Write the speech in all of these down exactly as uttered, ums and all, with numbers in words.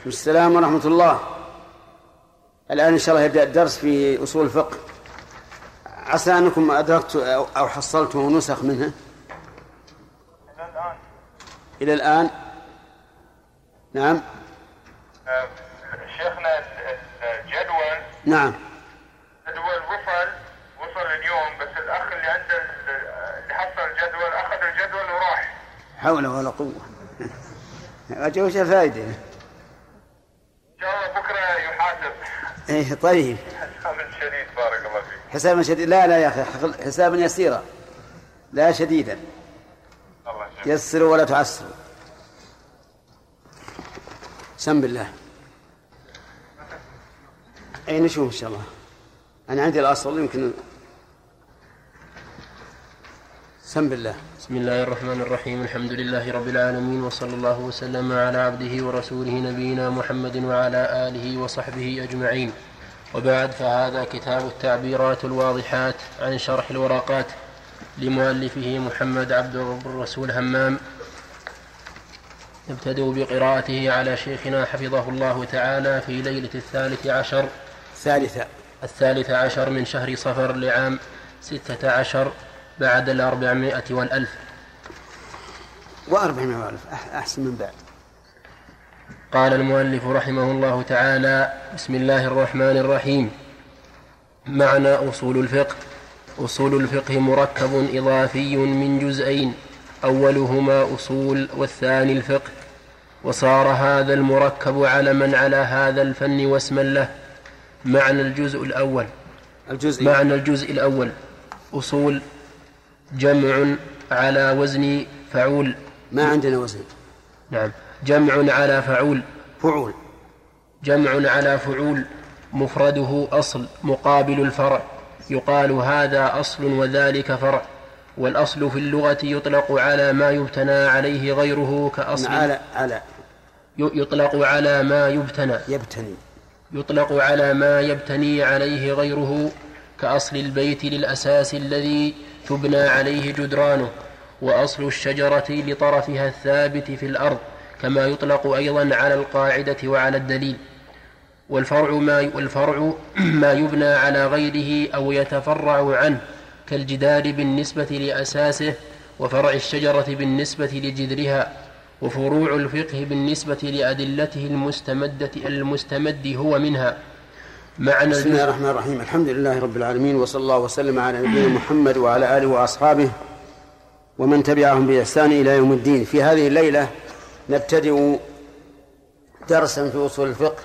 السلام ورحمة الله. الآن إن شاء الله يبدأ الدرس في أصول الفقه. عسى أنكم أدركت أو حصلتم نسخ منها إلى الآن. إلى الآن نعم. شيخنا الجدول نعم الجدول وصل وصل اليوم، بس الأخ اللي عنده اللي حصل الجدول أخذ الجدول وراح. حول ولا قوة. أجل وش الفائدة؟ إن شاء الله بكرة يحاسب. إيه طيب. حساب شديد بارك الله فيك. حساب شديد؟ لا لا يا أخي، حسابا يسيرا لا شديدا. الله يسروا ولا تعسروا. سم بالله. أي نشوف إن شاء الله. أنا عندي الأصل يمكن. سم بالله. بسم الله الرحمن الرحيم. الحمد لله رب العالمين، وصلى الله وسلم على عبده ورسوله نبينا محمد وعلى آله وصحبه أجمعين، وبعد، فهذا كتاب التعبيرات الواضحات عن شرح الورقات لمؤلفه محمد عبد الرسول همام. نبتدئ بقراءته على شيخنا حفظه الله تعالى في ليلة الثالث عشر ثالثة الثالث عشر من شهر صفر لعام ستة عشر بعد الأربعمائة والألف وأربعمائة والألف أحسن من بعد. قال المؤلف رحمه الله تعالى: بسم الله الرحمن الرحيم. معنى أصول الفقه. أصول الفقه مركب إضافي من جزئين، أولهما أصول والثاني الفقه، وصار هذا المركب علما على هذا الفن واسما له. معنى الجزء الأول الجزء معنى الجزء الأول أصول جمع على وزن فعول. ما عندنا وزن. نعم. جمع على فعول فعول جمع على فعول مفرده أصل مقابل الفرع، يقال هذا أصل وذلك فرع. والأصل في اللغة يطلق على ما يبتنى عليه غيره كأصل على على يطلق على ما يبتنى يبتني يطلق على ما يبتني عليه غيره كأصل البيت للأساس الذي تبنى عليه جدرانه، وأصل الشجرة لطرفها الثابت في الأرض، كما يطلق أيضا على القاعدة وعلى الدليل. والفرع ما, والفرع ما يبنى على غيره أو يتفرع عنه، كالجدار بالنسبة لأساسه، وفرع الشجرة بالنسبة لجذرها، وفروع الفقه بالنسبة لأدلته المستمدة المستمد هو منها. معنى بسم الله الرحمن الرحيم. الحمد لله رب العالمين، وصلى الله وسلم على نبينا محمد وعلى آله وأصحابه ومن تبعهم بإحسان إلى يوم الدين. في هذه الليلة نبتدئ درسا في أصول الفقه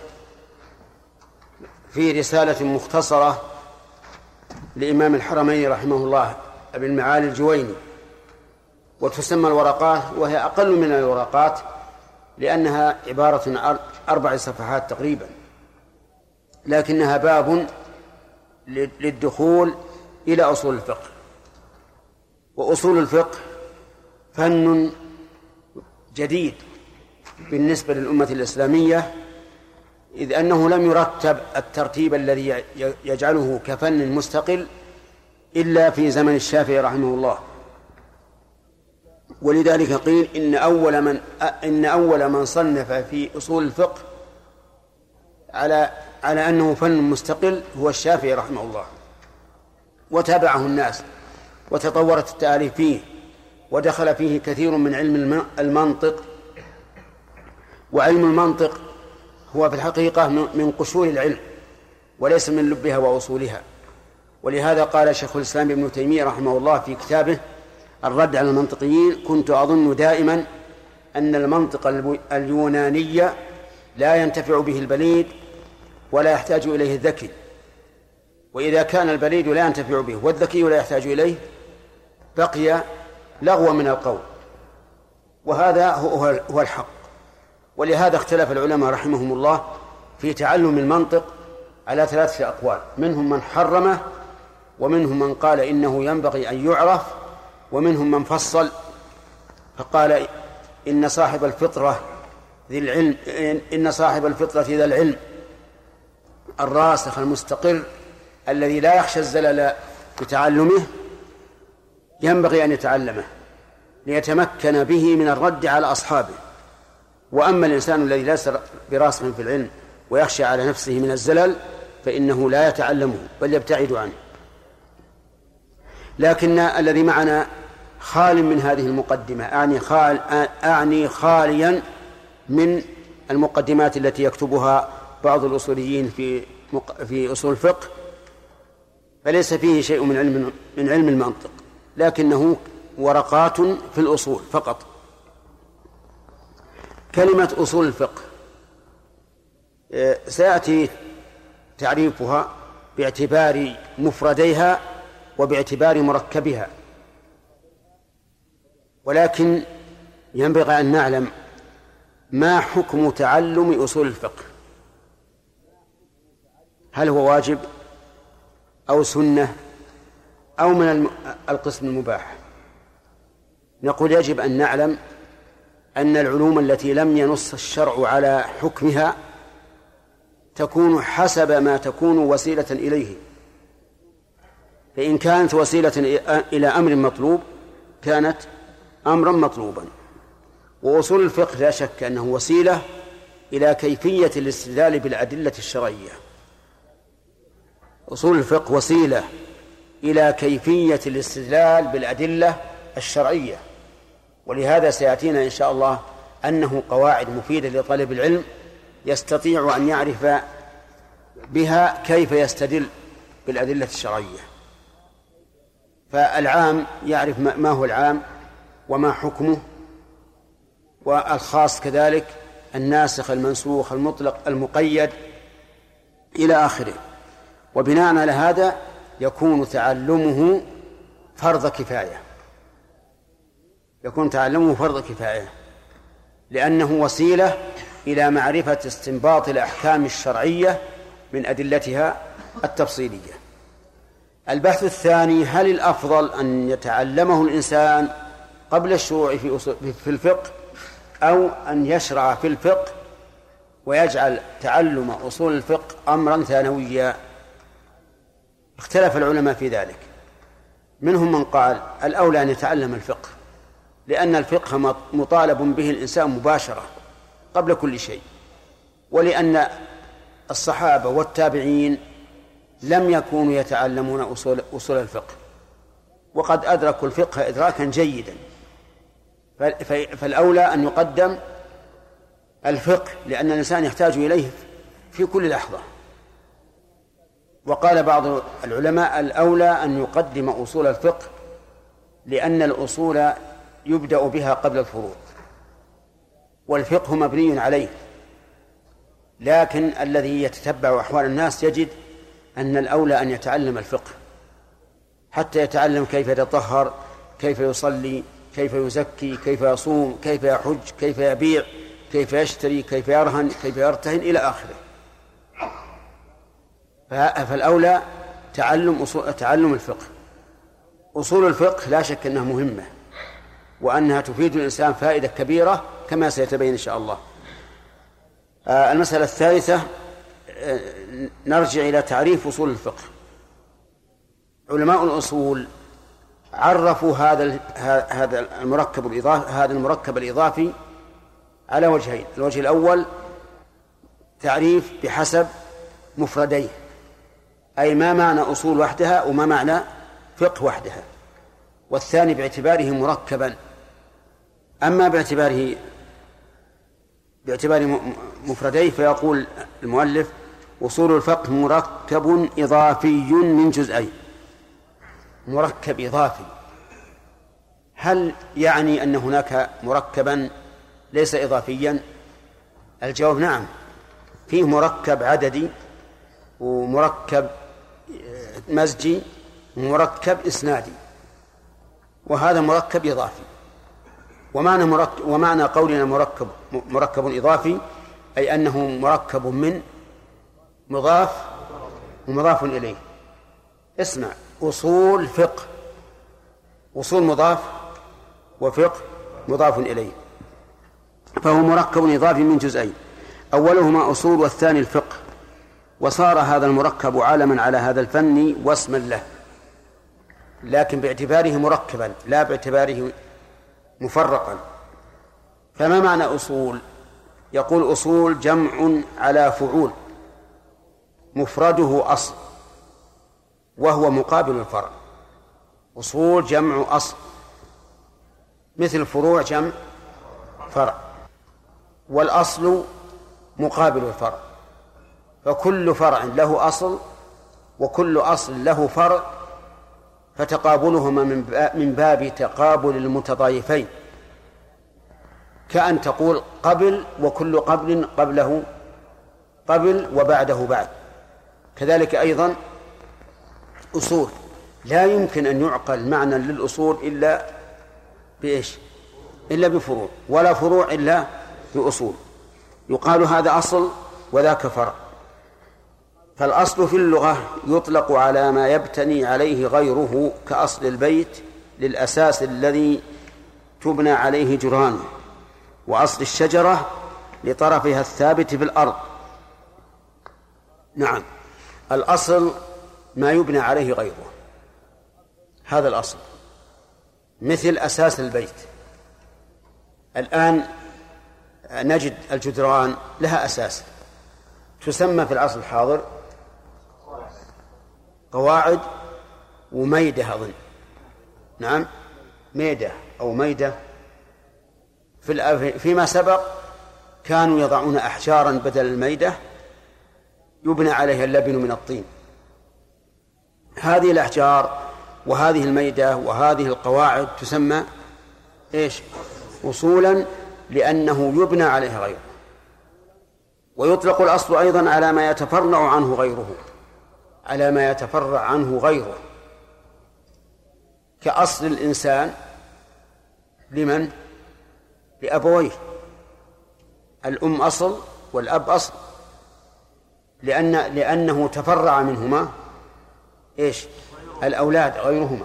في رسالة مختصرة لإمام الحرمين رحمه الله أبي المعالي الجويني، وتسمى الورقات، وهي أقل من الورقات لأنها عبارة عن أربع صفحات تقريبا، لكنها باب للدخول إلى أصول الفقه. وأصول الفقه فن جديد بالنسبة للأمة الإسلامية، إذ أنه لم يرتب الترتيب الذي يجعله كفن مستقل إلا في زمن الشافعي رحمه الله. ولذلك قيل إن أول من إن أول من صنف في أصول الفقه على على أنه فن مستقل هو الشافعي رحمه الله، وتابعه الناس وتطورت التأليف فيه، ودخل فيه كثير من علم المنطق. وعلم المنطق هو في الحقيقة من قشور العلم وليس من لبها وأصولها. ولهذا قال شيخ الإسلام ابن تيمية رحمه الله في كتابه الرد على المنطقيين: كنت أظن دائما أن المنطق اليوناني لا ينتفع به البليد ولا يحتاج إليه الذكي، وإذا كان البليد لا ينتفع به والذكي لا يحتاج إليه بقي لغو من القول، وهذا هو الحق. ولهذا اختلف العلماء رحمهم الله في تعلم المنطق على ثلاثة أقوال، منهم من حرمه، ومنهم من قال إنه ينبغي أن يعرف، ومنهم من فصل فقال إن صاحب الفطرة ذي العلم إن صاحب الفطرة ذا العلم الراسخ المستقر الذي لا يخشى الزلل بتعلمه ينبغي أن يتعلمه ليتمكن به من الرد على أصحابه. وأما الإنسان الذي ليس براسخ في العلم ويخشى على نفسه من الزلل فإنه لا يتعلمه بل يبتعد عنه. لكن الذي معنا خال من هذه المقدمة، أعني, خال أعني خاليا من المقدمات التي يكتبها بعض الأصوليين في في أصول الفقه، فليس فيه شيء من علم من علم المنطق، لكنه ورقات في الأصول فقط. كلمة أصول الفقه سيأتي تعريفها باعتبار مفرديها وباعتبار مركبها، ولكن ينبغي أن نعلم ما حكم تعلم أصول الفقه، هل هو واجب أو سنة أو من القسم المباح؟ نقول يجب أن نعلم أن العلوم التي لم ينص الشرع على حكمها تكون حسب ما تكون وسيلة إليه، فإن كانت وسيلة إلى أمر مطلوب كانت أمرا مطلوبا. وأصول الفقه لا شك أنه وسيلة إلى كيفية الاستدلال بالأدلة الشرعية. أصول الفقه وسيلة إلى كيفية الاستدلال بالأدلة الشرعية، ولهذا سيأتينا إن شاء الله أنه قواعد مفيدة لطالب العلم يستطيع أن يعرف بها كيف يستدل بالأدلة الشرعية. فالعام يعرف ما هو العام وما حكمه، والخاص كذلك الناسخ المنسوخ المطلق المقيد إلى آخره. وبناء على هذا يكون تعلمه فرض كفاية، يكون تعلمه فرض كفاية لأنه وسيلة إلى معرفة استنباط الأحكام الشرعية من أدلتها التفصيلية. البحث الثاني: هل الأفضل أن يتعلمه الإنسان قبل الشروع في, في الفقه أو أن يشرع في الفقه ويجعل تعلم أصول الفقه أمرا ثانويا؟ اختلف العلماء في ذلك. منهم من قال الأولى أن يتعلم الفقه، لأن الفقه مطالب به الإنسان مباشرة قبل كل شيء، ولأن الصحابة والتابعين لم يكونوا يتعلمون أصول, أصول الفقه، وقد أدركوا الفقه إدراكا جيدا، فالأولى أن يقدم الفقه لأن الإنسان يحتاج إليه في كل لحظة. وقال بعض العلماء الأولى أن يقدم أصول الفقه لأن الأصول يبدأ بها قبل الفروض، والفقه مبني عليه. لكن الذي يتتبع أحوال الناس يجد أن الأولى أن يتعلم الفقه حتى يتعلم كيف يتطهر، كيف يصلي، كيف يزكي، كيف يصوم، كيف يحج، كيف يبيع، كيف يشتري، كيف يرهن، كيف يرتهن إلى آخره. فالأولى تعلم أصول تعلم الفقه. أصول الفقه لا شك أنها مهمة وأنها تفيد الإنسان فائدة كبيرة كما سيتبين إن شاء الله. آه المسألة الثالثة، آه نرجع إلى تعريف أصول الفقه. علماء الأصول عرفوا هذا هذا المركب الإضافي هذا المركب الإضافي على وجهين: الوجه الأول تعريف بحسب مفرديه، أي ما معنى أصول وحدها وما معنى فقه وحدها، والثاني باعتباره مركبا. أما باعتباره باعتبار مفرديه فيقول المؤلف: أصول الفقه مركب إضافي من جزئين. مركب إضافي، هل يعني أن هناك مركبا ليس إضافيا؟ الجواب نعم، فيه مركب عددي ومركب مزجي ومركب إسنادي، وهذا مركب إضافي. ومعنى, مركب ومعنى قولنا مركب, مركب إضافي أي أنه مركب من مضاف ومضاف إليه. اسمع: أصول فقه، أصول مضاف وفقه مضاف إليه، فهو مركب إضافي من جزئين، أولهما أصول والثاني الفقه، وصار هذا المركب علما على هذا الفن واسما له، لكن باعتباره مركبا لا باعتباره مفرقا. فما معنى أصول؟ يقول أصول جمع على فعول مفرده أصل وهو مقابل الفرع. أصول جمع أصل، مثل فروع جمع فرع، والأصل مقابل الفرع، فكل فرع له أصل وكل أصل له فرع، فتقابلهما من باب تقابل المتضايفين، كأن تقول قبل وكل قبل قبله قبل وبعده بعد. كذلك أيضا أصول لا يمكن أن يعقل معنى للأصول إلا بإيش؟ إلا بفروع، ولا فروع إلا بأصول. يقال هذا أصل وذاك فرع. فالأصل في اللغة يطلق على ما يبتني عليه غيره، كأصل البيت للأساس الذي تبنى عليه جدرانه، وأصل الشجرة لطرفها الثابت في الأرض. نعم، الأصل ما يبنى عليه غيره، هذا الأصل، مثل أساس البيت. الآن نجد الجدران لها أساس تسمى في العصر الحاضر قواعد وميدة أظن. نعم، ميدة أو ميدة. في فيما سبق كانوا يضعون أحجارا بدل الميدة يبنى عليها اللبن من الطين. هذه الأحجار وهذه الميدة وهذه القواعد تسمى إيش؟ أصولا، لأنه يبنى عليها غيره. ويطلق الأصل أيضا على ما يتفرع عنه غيره، على ما يتفرع عنه غيره، كأصل الإنسان لمن؟ لأبويه. الأم أصل والأب أصل، لأن لأنه تفرع منهما إيش؟ الأولاد غيرهما.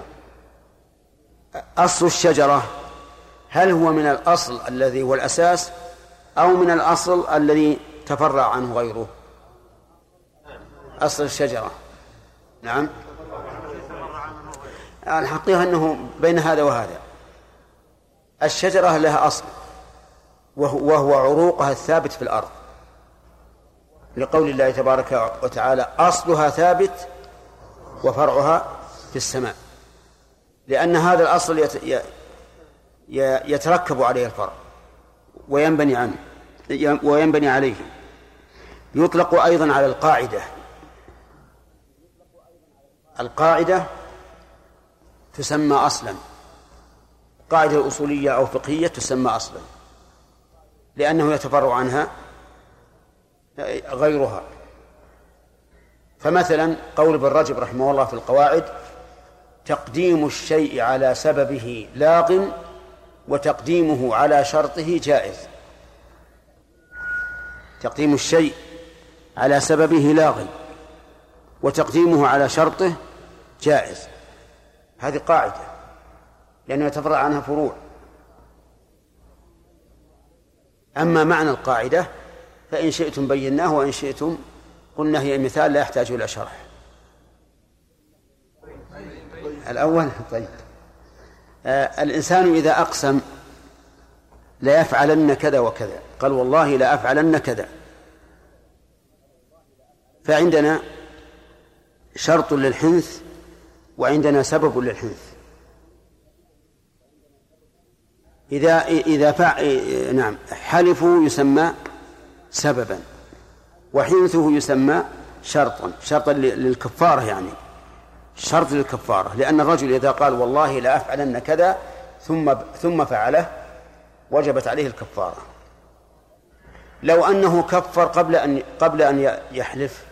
أصل الشجرة هل هو من الأصل الذي هو الأساس أو من الأصل الذي تفرع عنه غيره؟ أصل الشجرة. نعم، الحقيقة أنه بين هذا وهذا. الشجرة لها أصل وهو عروقها الثابت في الأرض، لقول الله تبارك وتعالى أصلها ثابت وفرعها في السماء، لأن هذا الأصل يتركب عليه الفرع وينبني عنه وينبني عليه. يطلق أيضا على القاعدة. القاعدة تسمى أصلا، قاعدة أصولية أو فقهية تسمى أصلا، لأنه يتفرع عنها غيرها. فمثلا قول ابن رجب رحمه الله في القواعد: تقديم الشيء على سببه لاغ وتقديمه على شرطه جائز. تقديم الشيء على سببه لاغ وتقديمه على شرطه جائز. هذه قاعدة لأنه يتفرع عنها فروع. أما معنى القاعدة فإن شئتم بيناه وإن شئتم قلنا هي مثال لا يحتاج إلى شرح. الأول طيب. آه الإنسان إذا أقسم لا يفعلن كذا وكذا، قال والله لا أفعلن كذا، فعندنا شرط للحنث وعندنا سبب للحنث. إذا إذا فع... نعم حلفوا يسمى سببا، وحنثه يسمى شرطا، شرطا للكفارة، يعني شرط للكفارة، لأن الرجل إذا قال والله لا أفعلن كذا ثم ثم فعله وجبت عليه الكفارة. لو أنه كفر قبل أن قبل أن يحلف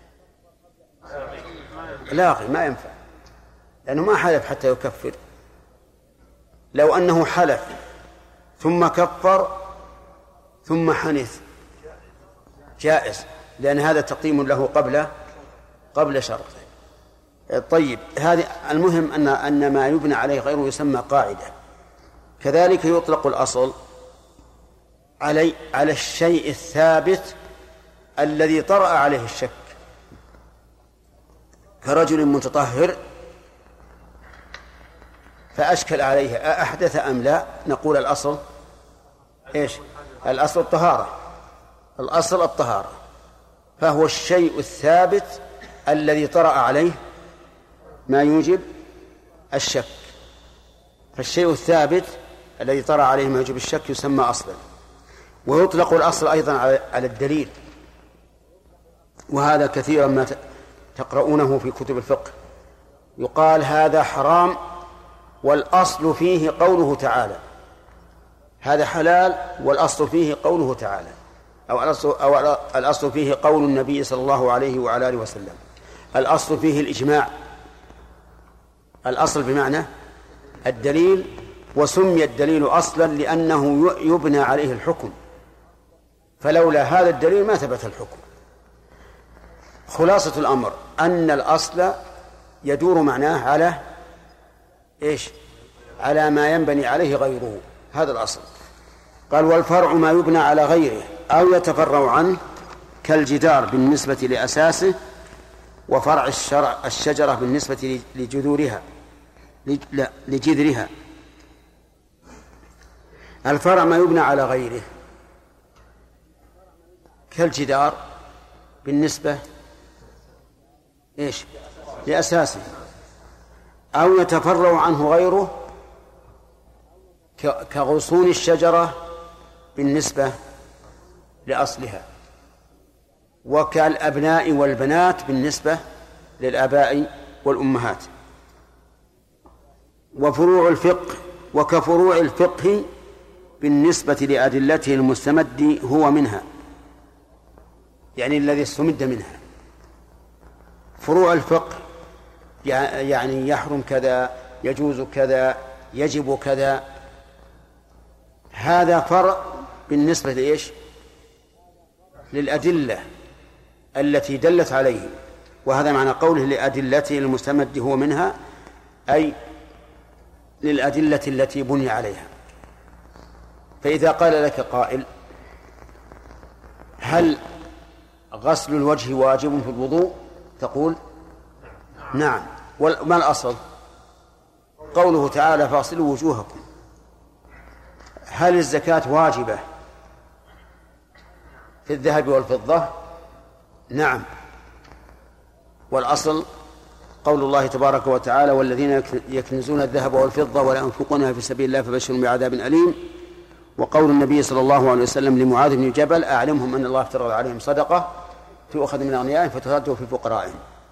لاغي ما ينفع، لأنه ما حلف حتى يكفر. لو أنه حلف ثم كفر ثم حنث جائز، لأن هذا تقديم له قبل قبل شرطه. طيب، هذه المهم أن أن ما يبنى عليه غيره يسمى قاعدة. كذلك يطلق الأصل علي على الشيء الثابت الذي طرأ عليه الشك، كرجل متطهر فأشكل عليه أحدث أم لا، نقول الأصل إيش؟ الأصل الطهارة، الأصل الطهارة، فهو الشيء الثابت الذي طرأ عليه ما يوجب الشك، فالشيء الثابت الذي طرأ عليه ما يوجب الشك يسمى أصلا. ويطلق الأصل أيضا على الدليل، وهذا كثيرا ما تقرؤونه في كتب الفقه، يقال هذا حرام والأصل فيه قوله تعالى، هذا حلال والأصل فيه قوله تعالى، أو الأصل, أو الأصل فيه قول النبي صلى الله عليه وعلى آله وسلم، الأصل فيه الإجماع. الأصل بمعنى الدليل، وسمي الدليل أصلا لأنه يبنى عليه الحكم، فلولا هذا الدليل ما ثبت الحكم. خلاصة الأمر أن الأصل يدور معناه على إيش؟ على ما ينبني عليه غيره، هذا الأصل. قال والفرع ما يبنى على غيره أو يتفرع عنه كالجدار بالنسبة لأساسه، وفرع الشرع الشجرة بالنسبة لجذورها لا لجذرها. الفرع ما يبنى على غيره كالجدار بالنسبة إيش؟ لأساسه، أو يتفرع عنه غيره كغصون الشجرة بالنسبة لأصلها، وكالأبناء والبنات بالنسبة للآباء والأمهات. وفروع الفقه وكفروع الفقه بالنسبة لأدلته المستمد هو منها، يعني الذي استمد منها. فروع الفقه يعني يحرم كذا، يجوز كذا، يجب كذا، هذا فرع بالنسبة لإيش؟ للأدلة التي دلت عليه، وهذا معنى قوله لأدلته المستمد هو منها، أي للأدلة التي بني عليها. فإذا قال لك قائل هل غسل الوجه واجب في الوضوء؟ تقول نعم. وما الأصل؟ قوله تعالى فاغسلوا وجوهكم. هل الزكاة واجبة في الذهب والفضة؟ نعم. والأصل قول الله تبارك وتعالى والذين يكنزون الذهب والفضة ولا ينفقونها في سبيل الله فبشرهم بعذاب أليم. وقول النبي صلى الله عليه وسلم لمعاذ بن جبل أعلمهم أن الله افترض عليهم صدقة تؤخذ من أغنيائهم فترد في فقرائهم.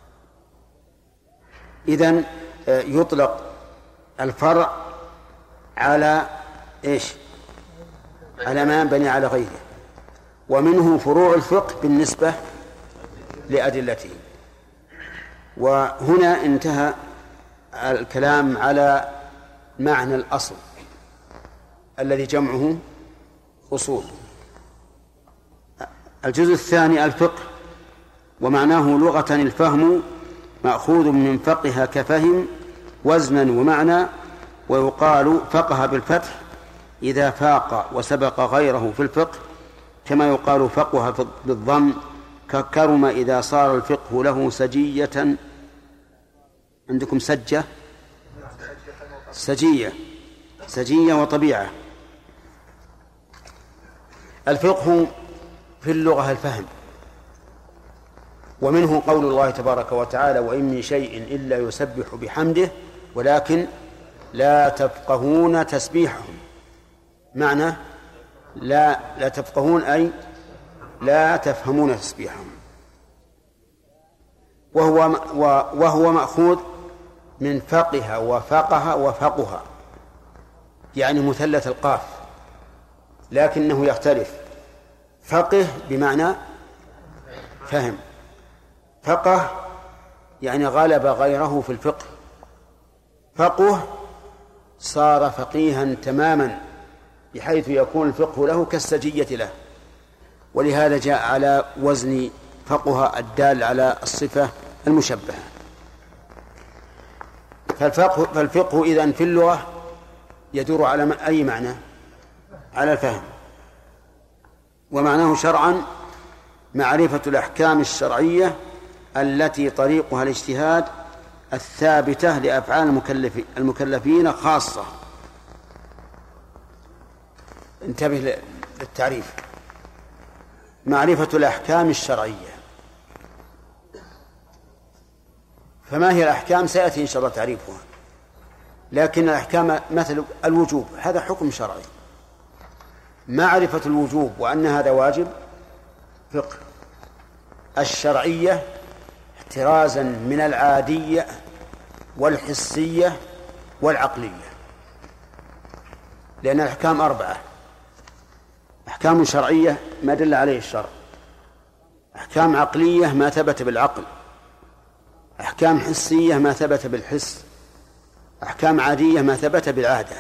إذن يطلق الفرع على إيش؟ على ما ينبني على غيره. ومنه فروع الفقه بالنسبة لأدلته. وهنا انتهى الكلام على معنى الأصل الذي جمعه أصول. الجزء الثاني الفقه، ومعناه لغة الفهم مأخوذ من فقه كفهم وزنا ومعنى، ويقال فقه بالفتح إذا فاق وسبق غيره في الفقه، كما يقال فقه بالضم ككرم إذا صار الفقه له سجية. عندكم سجة سجية سجية وطبيعة. الفقه في اللغة الفهم، ومنه قول الله تبارك وتعالى وإن من شيء إلا يسبح بحمده ولكن لا تفقهون تسبيحهم. معنى لا لا تفقهون أي لا تفهمون تسبيحهم. وهو وهو مأخوذ من فقه وفقه وفقها، يعني مثلث القاف، لكنه يختلف. فقه بمعنى فهم، فقه يعني غلب غيره في الفقه، فقه صار فقيها تماما بحيث يكون الفقه له كالسجية له، ولهذا جاء على وزن فقه الدال على الصفة المشبهة. فالفقه, فالفقه إذن في اللغة يدور على أي معنى؟ على الفهم. ومعناه شرعا معرفة الأحكام الشرعية التي طريقها الاجتهاد الثابتة لأفعال المكلفين, المكلفين خاصة. انتبه للتعريف. معرفة الأحكام الشرعية. فما هي الأحكام؟ سيأتي إن شاء الله تعريفها، لكن الأحكام مثل الوجوب هذا حكم شرعي. معرفة الوجوب وأن هذا واجب فقه. الشرعية احترازا من العادية والحسية والعقلية، لأن الأحكام أربعة: أحكام شرعية ما دل عليه الشرع، أحكام عقلية ما ثبت بالعقل، أحكام حسية ما ثبت بالحس، أحكام عادية ما ثبت بالعادة.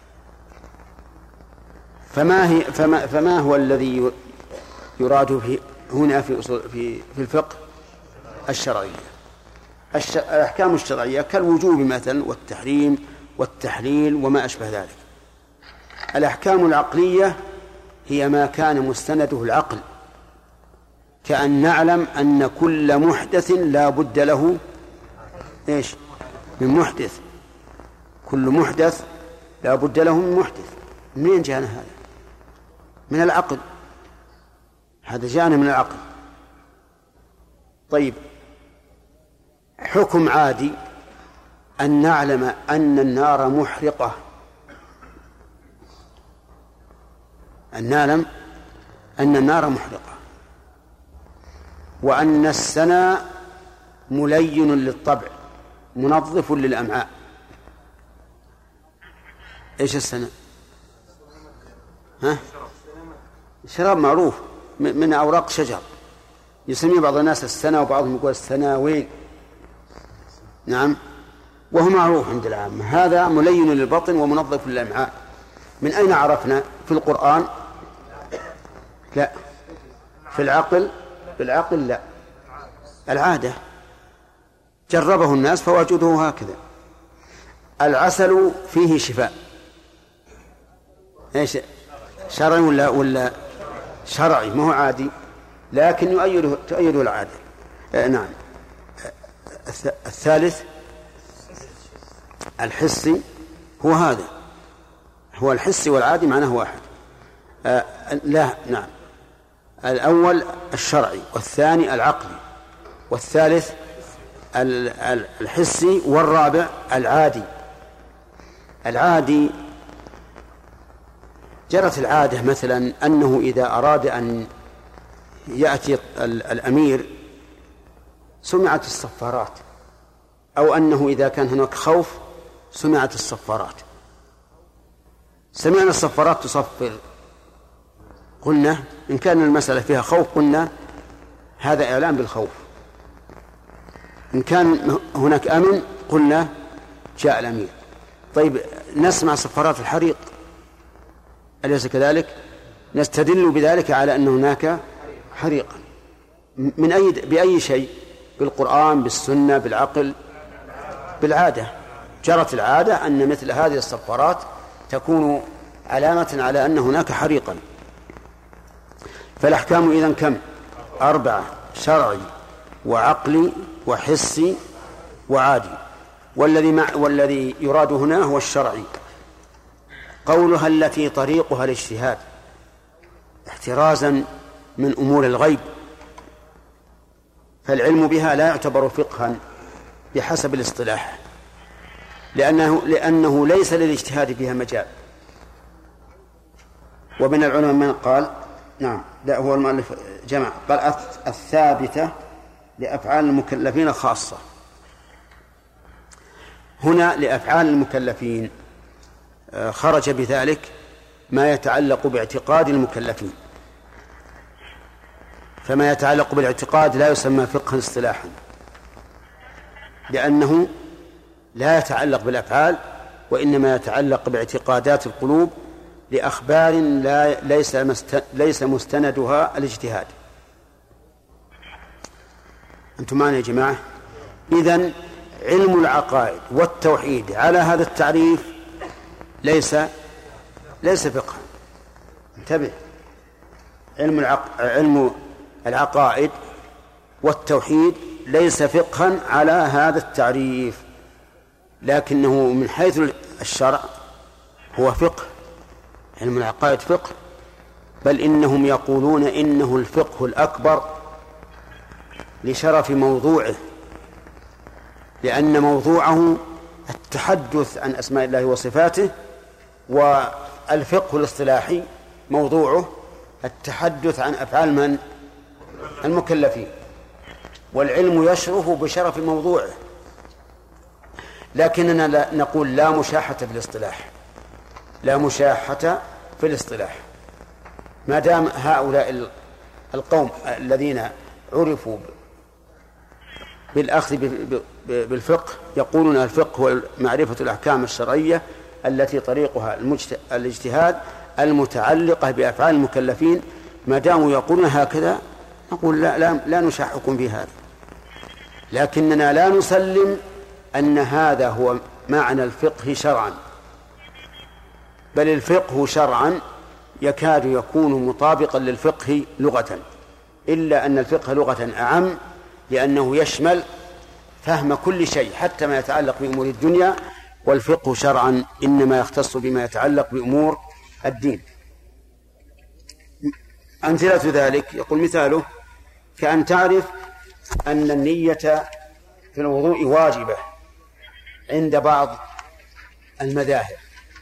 فما هي فما, فما هو الذي يراد في هنا في أصول في في الفقه؟ الشرعية. الش... الأحكام الشرعية كالوجوب مثلا والتحريم والتحليل وما أشبه ذلك. الأحكام العقلية هي ما كان مستنده العقل، كأن نعلم أن كل محدث لا بد له إيش؟ من محدث. كل محدث لا بد له من محدث. منين جاءنا هذا؟ من العقل. هذا جاءنا من العقل. طيب، حكم عادي أن نعلم أن النار محرقة، أن نعلم أن النار محرقة، وأن السنا ملين للطبع منظف للأمعاء. إيش السنا؟ ها؟ شراب معروف من أوراق شجر، يسميه بعض الناس السنا وبعضهم يقول السناوين. نعم، وهو معروف عند العامة. هذا ملين للبطن ومنظف للأمعاء. من أين عرفنا؟ في القرآن؟ لا. في العقل؟ في العقل لا. العادة، جربه الناس فوجدوه هكذا. العسل فيه شفاء. ايش؟ شرعي ولا ولا شرعي؟ ما هو عادي، لكن يؤيده تؤيده العادة. آه نعم. الثالث الحسي، هو هذا، هو الحسي والعادي معناه واحد. آه لا نعم، الأول الشرعي والثاني العقلي والثالث الحسي والرابع العادي. العادي جرت العادة مثلا أنه إذا أراد أن يأتي الأمير سمعت الصفارات، أو أنه إذا كان هناك خوف سمعت الصفارات. سمعنا الصفارات تصفر، قلنا إن كان المسألة فيها خوف قلنا هذا إعلام بالخوف. إن كان هناك أمن قلنا جاء الأمير. طيب، نسمع صفارات الحريق، أليس كذلك؟ نستدل بذلك على أن هناك حريقا من أي بأي شيء؟ بالقرآن، بالسنة، بالعقل، بالعادة. جرت العادة أن مثل هذه الصفارات تكون علامة على أن هناك حريقا. فالأحكام إذن كم؟ أربعة: شرعي وعقلي وحسي وعادي. والذي مع والذي يراد هنا هو الشرعي. قولها التي طريقها الاجتهاد احترازا من أمور الغيب، فالعلم بها لا يعتبر فقها بحسب الاصطلاح، لأنه, لأنه ليس للاجتهاد فيها مجال. ومن العلماء من قال نعم، لا هو المؤلف جمع، قال الثابتة لأفعال المكلفين خاصة. هنا لأفعال المكلفين خرج بذلك ما يتعلق باعتقاد المكلفين، فما يتعلق بالاعتقاد لا يسمى فقها اصطلاحا، لأنه لا يتعلق بالأفعال وإنما يتعلق باعتقادات القلوب لأخبار لا ليس ليس مستندها الاجتهاد. أنتم معنا يا جماعة؟ إذن علم العقائد والتوحيد على هذا التعريف ليس ليس فقها. انتبه، علم العق... علم العقائد والتوحيد ليس فقها على هذا التعريف، لكنه من حيث الشرع هو فقه. علم العقائد فقه، بل إنهم يقولون إنه الفقه الأكبر لشرف موضوعه، لأن موضوعه التحدث عن أسماء الله وصفاته، والفقه الاصطلاحي موضوعه التحدث عن أفعال من؟ المكلفين، والعلم يشرف بشرف موضوعه. لكننا لا نقول لا مشاحة في الاصطلاح، لا مشاحة في الاصطلاح، ما دام هؤلاء القوم الذين عرفوا بالأخذ بالفقه يقولون الفقه هو معرفة الأحكام الشرعية التي طريقها الاجتهاد المتعلقة بأفعال المكلفين، ما داموا يقولون هكذا نقول لا, لا, لا نشاحكم في هذا، لكننا لا نسلم أن هذا هو معنى الفقه شرعا، بل الفقه شرعا يكاد يكون مطابقا للفقه لغة، إلا أن الفقه لغة أعم لأنه يشمل فهم كل شيء حتى ما يتعلق بأمور الدنيا، والفقه شرعا إنما يختص بما يتعلق بأمور الدين. أمثلة ذلك يقول مثاله كأن تعرف أن النية في الوضوء واجبة عند بعض المذاهب،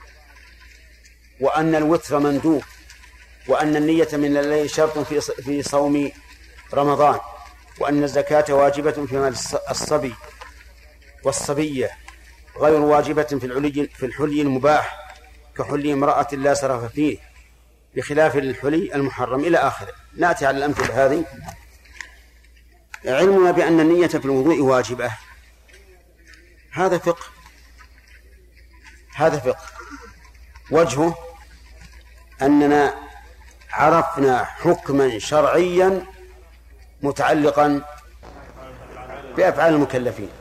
وأن الوتر مندوب، وأن النية من الليل شرط في صوم رمضان، وأن الزكاة واجبة في مال الصبي والصبية، غير واجبة في الحلي في الحلي المباح كحلي امرأة لا سرف فيه، بخلاف الحلي المحرم إلى آخره. نأتي على الأمثلة هذه. علمنا بأن النية في الوضوء واجبة هذا فقه، هذا فقه وجهه أننا عرفنا حكما شرعيا متعلقا بأفعال المكلفين.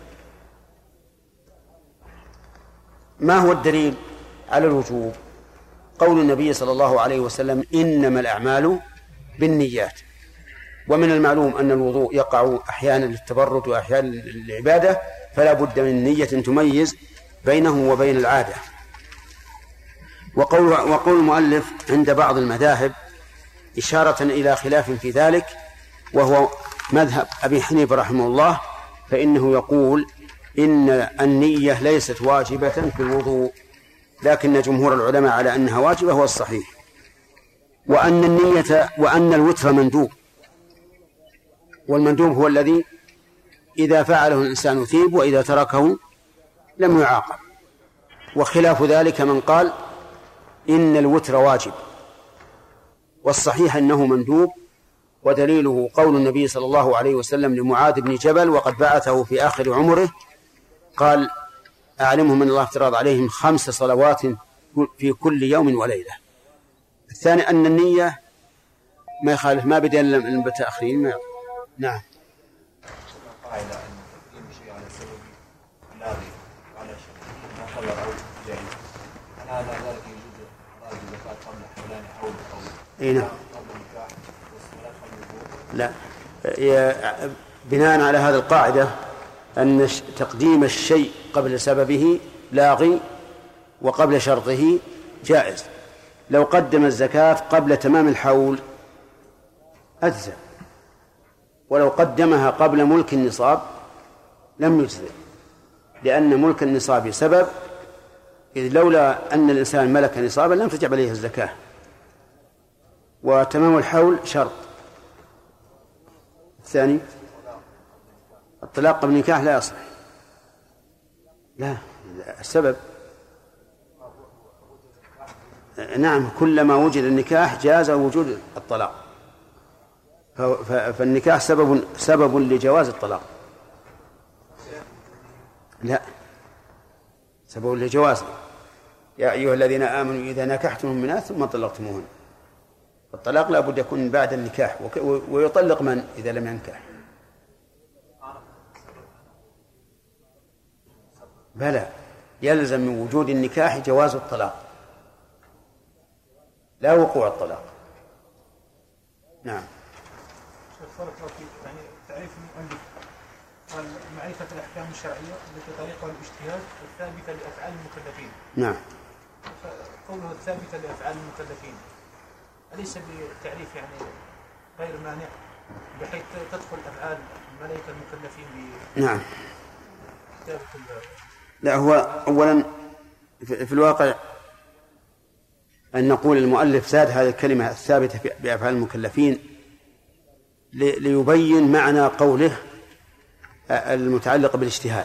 ما هو الدليل على الوجوب؟ قول النبي صلى الله عليه وسلم إنما الأعمال بالنيات، ومن المعلوم أن الوضوء يقع أحيانا للتبرد وأحيانا للعبادة، فلا بد من نية تميز بينه وبين العادة. وقول, وقول المؤلف عند بعض المذاهب إشارة إلى خلاف في ذلك، وهو مذهب أبي حنيفة رحمه الله، فإنه يقول إن النية ليست واجبة في الوضوء، لكن جمهور العلماء على أنها واجبة هو الصحيح، وأن النية وأن الوتر مندوب، والمندوب هو الذي إذا فعله الإنسان ثيب وإذا تركه لم يعاقب. وخلاف ذلك من قال إن الوتر واجب، والصحيح أنه مندوب، ودليله قول النبي صلى الله عليه وسلم لمعاذ بن جبل وقد بعثه في آخر عمره، قال أعلمهم من الله افترض عليهم خمس صلوات في كل يوم وليلة. الثاني أن النية ما يخالف ما بدل بتأخير ما. نعم. اي نعم. لا، بناء على هذه القاعدة أن تقديم الشيء قبل سببه لاغي وقبل شرطه جائز. لو قدم الزكاة قبل تمام الحول أجزأ، ولو قدمها قبل ملك النصاب لم يجزئ، لأن ملك النصاب سبب، إذ لولا أن الإنسان ملك نصابا لم تجب عليه الزكاة، وتمام الحول شرط. الثاني الطلاق قبل النكاح لا يصح، لا السبب. نعم، كلما وجد النكاح جاز وجود الطلاق، فالنكاح سبب سبب لجواز الطلاق. لا، سبب لجواز. يا أيها الذين آمنوا إذا نكحتم المؤمنات ثم طلقتموهن، الطلاق لا بد يكون بعد النكاح، ويطلق من إذا لم ينكح؟ بلى، يلزم من وجود النكاح جواز الطلاق لا وقوع الطلاق. نعم. يعني تعريف المؤلف قال معرفة الأحكام الشرعية التي طريقها الاجتهاد الثابتة لأفعال المكلفين. نعم. قوله الثابتة لأفعال المكلفين أليس بالتعريف يعني غير مانع بحيث تدخل أفعال الملائكة المكلفين ب نعم. لا، هو أولا في الواقع أن نقول المؤلف زاد هذه الكلمة الثابتة بأفعال المكلفين ليبين معنى قوله المتعلق بالاجتهاد،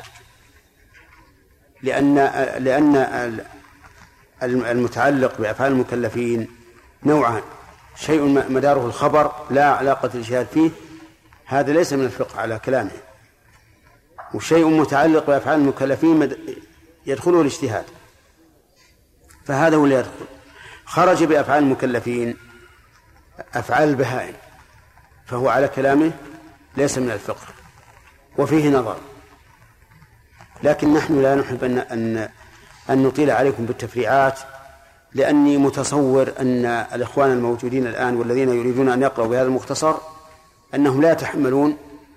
لأن لأن المتعلق بأفعال المكلفين نوعان: شيء مداره الخبر لا علاقة الاجتهاد فيه، هذا ليس من الفقه على كلامه، وشيء متعلق بأفعال المكلفين يدخله الاجتهاد، فهذا هو اللي يدخل. خرج بأفعال المكلفين أفعال البهائم، فهو على كلامه ليس من الفقه وفيه نظر. لكن نحن لا نحب أن, أن, أن نطيل عليكم بالتفريعات، لأني متصور أن الإخوان الموجودين الآن والذين يريدون أن يقرأوا بهذا المختصر أنهم لا يتحملون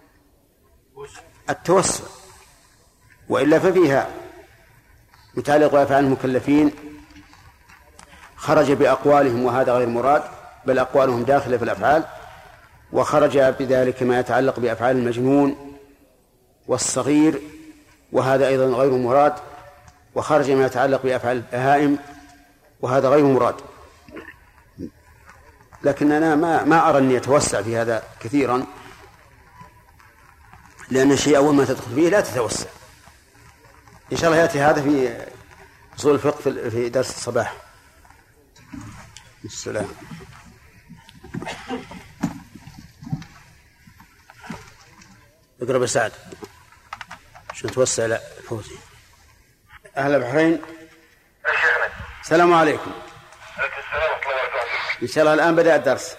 التوسع، وإلا ففيها متعلق بأفعال المكلفين خرج بأقوالهم وهذا غير مراد، بل أقوالهم داخلة في الأفعال، وخرج بذلك ما يتعلق بأفعال المجنون والصغير وهذا أيضا غير مراد، وخرج ما يتعلق بأفعال البهائم وهذا غير مراد. لكن أنا ما, ما أرى أن يتوسع في هذا كثيرا، لأن الشيء أول ما تدخل فيه لا تتوسع. إن شاء الله يأتي هذا في أصول الفقه في درس الصباح. السلام. اقرب يا سعد عشان توسع. لا فوزي. أهل البحرين. السلام عليكم. السلام ورحمة الله وبركاته. إن شاء الله الآن بدأ الدرس.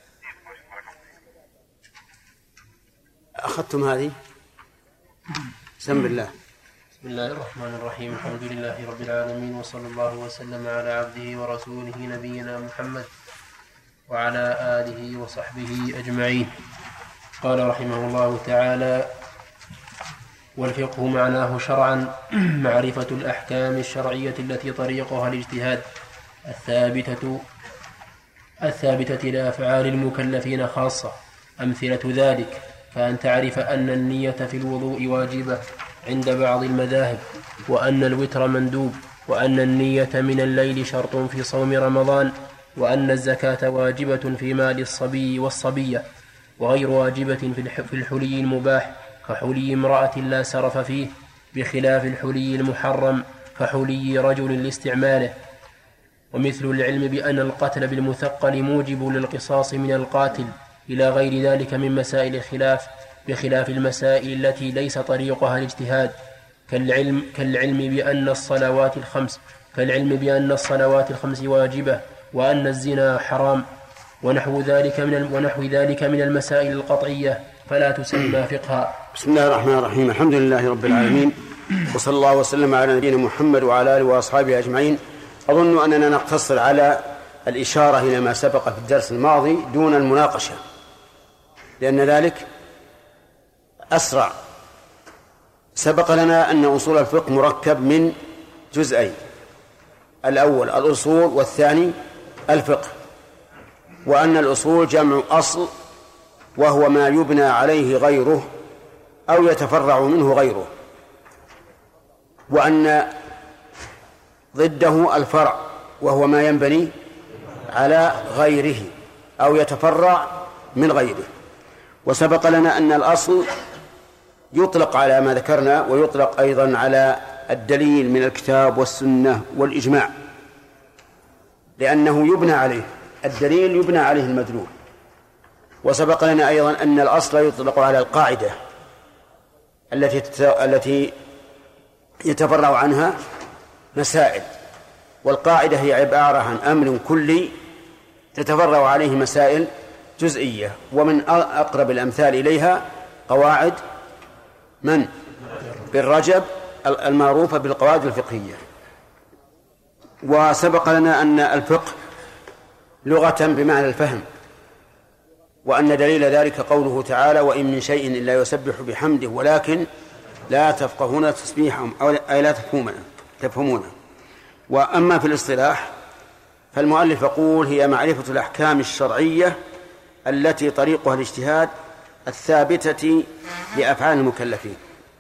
أخذتم هذه؟ بسم الله. بسم الله الرحمن الرحيم. الحمد لله رب العالمين، وصلى الله وسلم على عبده ورسوله نبينا محمد وعلى آله وصحبه أجمعين. قال رحمه الله تعالى: والفقه معناه شرعا معرفة الأحكام الشرعية التي طريقها الاجتهاد الثابتة الثابتة لأفعال المكلفين خاصة. أمثلة ذلك كأن تعرف أن النية في الوضوء واجبة عند بعض المذاهب، وأن الوتر مندوب، وأن النية من الليل شرط في صوم رمضان، وأن الزكاة واجبة في مال الصبي والصبية، وغير واجبة في الحلي المباح كحلي امرأة لا سرف فيه، بخلاف الحلي المحرم كحلي رجل لاستعماله. ومثل العلم بأن القتل بالمثقل موجب للقصاص من القاتل، إلى غير ذلك من مسائل الخلاف، بخلاف المسائل التي ليس طريقها الاجتهاد، كالعلم, كالعلم بأن الصلوات الخمس كالعلم بأن الصلوات الخمس واجبة، وأن الزنا حرام، ونحو ذلك من ونحو ذلك من المسائل القطعية، فلا تسمى فقها. بسم الله الرحمن الرحيم. الحمد لله رب العالمين، وصلى الله وسلم على نبينا محمد وعلى آله وأصحابه أجمعين. أظن أننا نقتصر على الإشارة إلى ما سبق في الدرس الماضي دون المناقشة، لأن ذلك أسرع. سبق لنا أن أصول الفقه مركب من جزئين: الأول الأصول والثاني الفقه، وأن الأصول جمع أصل وهو ما يبنى عليه غيره أو يتفرع منه غيره، وأن ضده الفرع وهو ما ينبني على غيره أو يتفرع من غيره. وسبق لنا أن الأصل يطلق على ما ذكرنا، ويطلق أيضا على الدليل من الكتاب والسنة والإجماع، لأنه يبنى عليه الدليل، يبنى عليه المدلول. وسبق لنا أيضا أن الأصل يطلق على القاعدة التي التي يتفرع عنها مسائل، والقاعدة هي عبارة عن أمر كلي تتفرع عليه مسائل جزئية. ومن أقرب الأمثال إليها قواعد من بالرجب المعروفة بالقواعد الفقهية. وسبق لنا أن الفقه لغة بمعنى الفهم، وأن دليل ذلك قوله تعالى: وإن من شيء إلا يسبح بحمده ولكن لا تفقهون تسبيحهم، أي لا تفهمونه. وأما في الاصطلاح فالمؤلف يقول هي معرفة الأحكام الشرعية التي طريقها الاجتهاد الثابتة لأفعال المكلفين،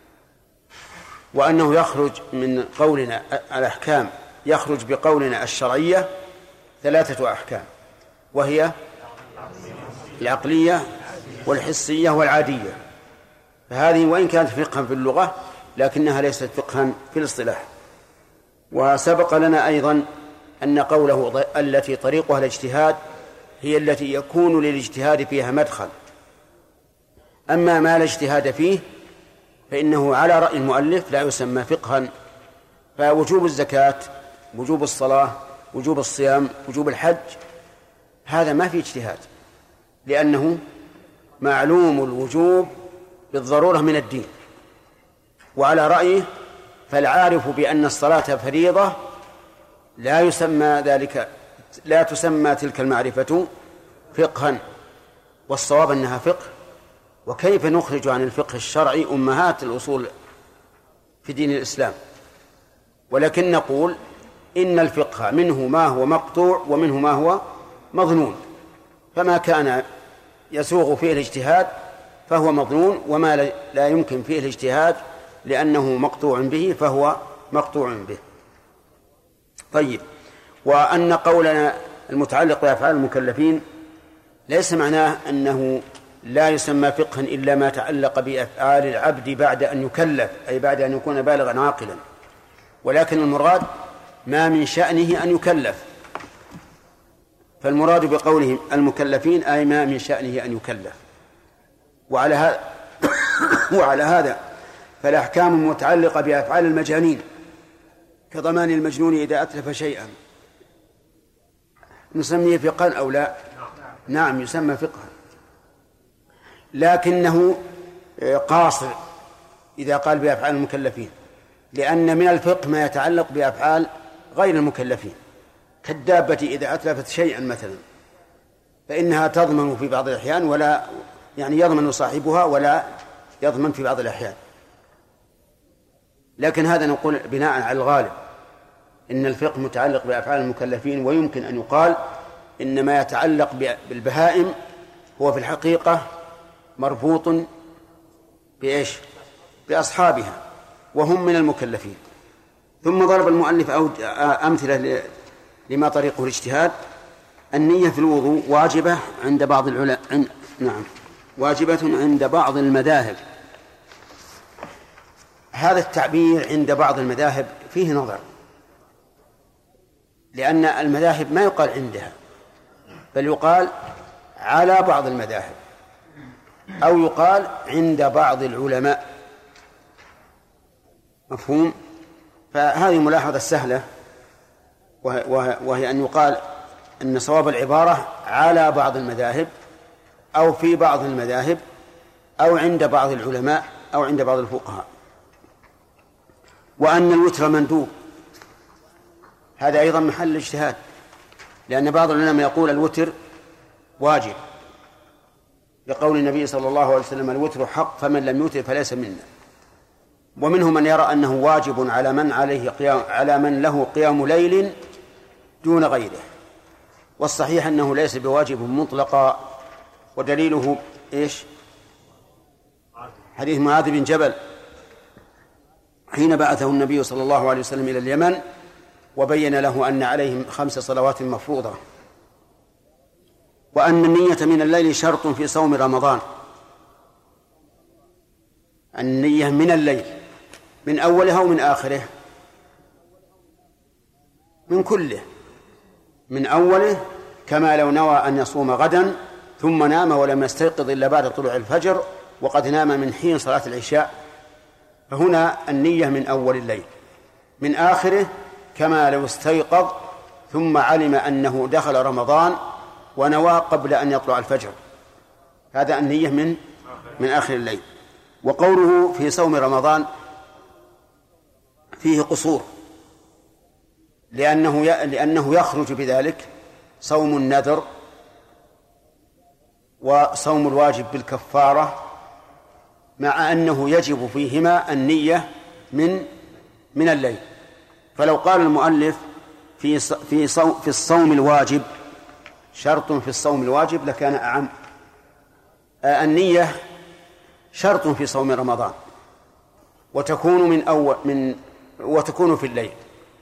وأنه يخرج من قولنا الأحكام يخرج بقولنا الشرعية ثلاثة أحكام، وهي العقلية والحسية والعادية. فهذه وإن كانت فقها في اللغة لكنها ليست فقها في الاصطلاح. وسبق لنا أيضا أن قوله التي طريقها الاجتهاد هي التي يكون للاجتهاد فيها مدخل، أما ما لا اجتهاد فيه فإنه على رأي المؤلف لا يسمى فقها. فوجوب الزكاة، وجوب الصلاة، وجوب الصيام، وجوب الحج، هذا ما في اجتهاد، لأنه معلوم الوجوب بالضرورة من الدين. وعلى رأيه فالعارف بأن الصلاة فريضة لا يسمى ذلك لا تسمى تلك المعرفة فقها، والصواب أنها فقه. وكيف نخرج عن الفقه الشرعي أمهات الأصول في دين الإسلام؟ ولكن نقول إن الفقه منه ما هو مقطوع ومنه ما هو مظنون، فما كان يسوغ فيه الاجتهاد فهو مظنون، وما لا يمكن فيه الاجتهاد لأنه مقطوع به فهو مقطوع به. طيب، وأن قولنا المتعلق بأفعال المكلفين ليس معناه أنه لا يسمى فقها إلا ما تعلق بأفعال العبد بعد أن يكلف، أي بعد أن يكون بالغا عاقلا، ولكن المراد ما من شأنه أن يكلف. فالمراد بقوله المكلفين أي ما من شأنه أن يكلف. وعلى هذا وعلى هذا فالأحكام المتعلقة بأفعال المجانين كضمان المجنون إذا أتلف شيئا نسميه فقها أو لا؟ نعم يسمى فقها، لكنه قاصر إذا قال بأفعال المكلفين، لأن من الفقه ما يتعلق بأفعال غير المكلفين، كالدابة إذا أتلفت شيئا مثلا فإنها تضمن في بعض الأحيان ولا يعني يضمن صاحبها ولا يضمن في بعض الأحيان. لكن هذا نقول بناء على الغالب إن الفقه متعلق بأفعال المكلفين، ويمكن أن يقال إن ما يتعلق بالبهائم هو في الحقيقة مربوط بإيش؟ بأصحابها وهم من المكلفين. ثم ضرب المؤلف أمثلة لما طريقه الاجتهاد. النية في الوضوء واجبة عند بعض العلماء عند... نعم واجبة عند بعض المذاهب. هذا التعبير عند بعض المذاهب فيه نظر، لأن المذاهب ما يقال عندها بل يقال على بعض المذاهب، أو يقال عند بعض العلماء. مفهوم؟ فهذه ملاحظة سهلة، وهي أن يقال أن صواب العبارة على بعض المذاهب أو في بعض المذاهب أو عند بعض العلماء أو عند بعض الفقهاء. وأن الوتر مندوب، هذا أيضا محل اجتهاد، لأن بعض العلماء يقول الوتر واجب لقول النبي صلى الله عليه وسلم الوتر حق فمن لم يوتر فليس منا. ومنهم من يرى أنه واجب على من عليه قيام على من له قيام ليل دون غيره، والصحيح أنه ليس بواجب مطلقا. ودليله إيش؟ حديث معاذ بن جبل حين بعثه النبي صلى الله عليه وسلم إلى اليمن وبين له أن عليهم خمس صلوات مفروضة. وأن النية من الليل شرط في صوم رمضان، النية من الليل من أولها ومن آخره، من كله، من أوله، كما لو نوى أن يصوم غدا ثم نام ولم يستيقظ إلا بعد طلوع الفجر وقد نام من حين صلاة العشاء، فهنا النية من أول الليل. من آخره كما لو استيقظ ثم علم أنه دخل رمضان ونوى قبل أن يطلع الفجر، هذا النية من من آخر الليل. وقوله في صوم رمضان فيه قصور، لأنه لأنه يخرج بذلك صوم النذر وصوم الواجب بالكفارة، مع أنه يجب فيهما النية من من الليل. فلو قال المؤلف في في في الصوم الواجب شرط في الصوم الواجب لكان أعم. النية شرط في صوم رمضان، وتكون من أول من وتكون في الليل،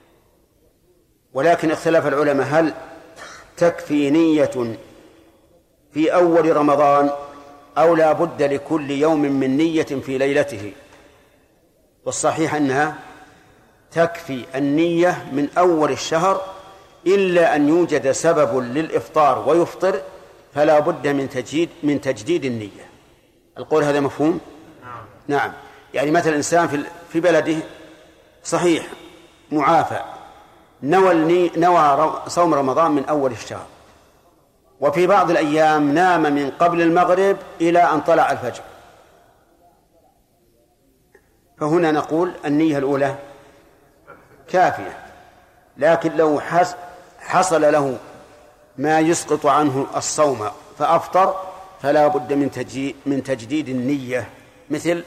ولكن اختلف العلماء هل تكفي نية في أول رمضان أو لا بد لكل يوم من نية في ليلته. والصحيح أنها تكفي النية من أول الشهر، إلا أن يوجد سبب للإفطار ويفطر فلا بد من تجديد من تجديد النية. القول هذا مفهوم؟ نعم. نعم. يعني مثلا إنسان في في بلده صحيح معافى، نوى نوى صوم رمضان من أول الشهر، وفي بعض الأيام نام من قبل المغرب إلى أن طلع الفجر، فهنا نقول النية الأولى كافية. لكن لو حصل له ما يسقط عنه الصوم فأفطر فلا بد من تجديد من تجديد النية. مثل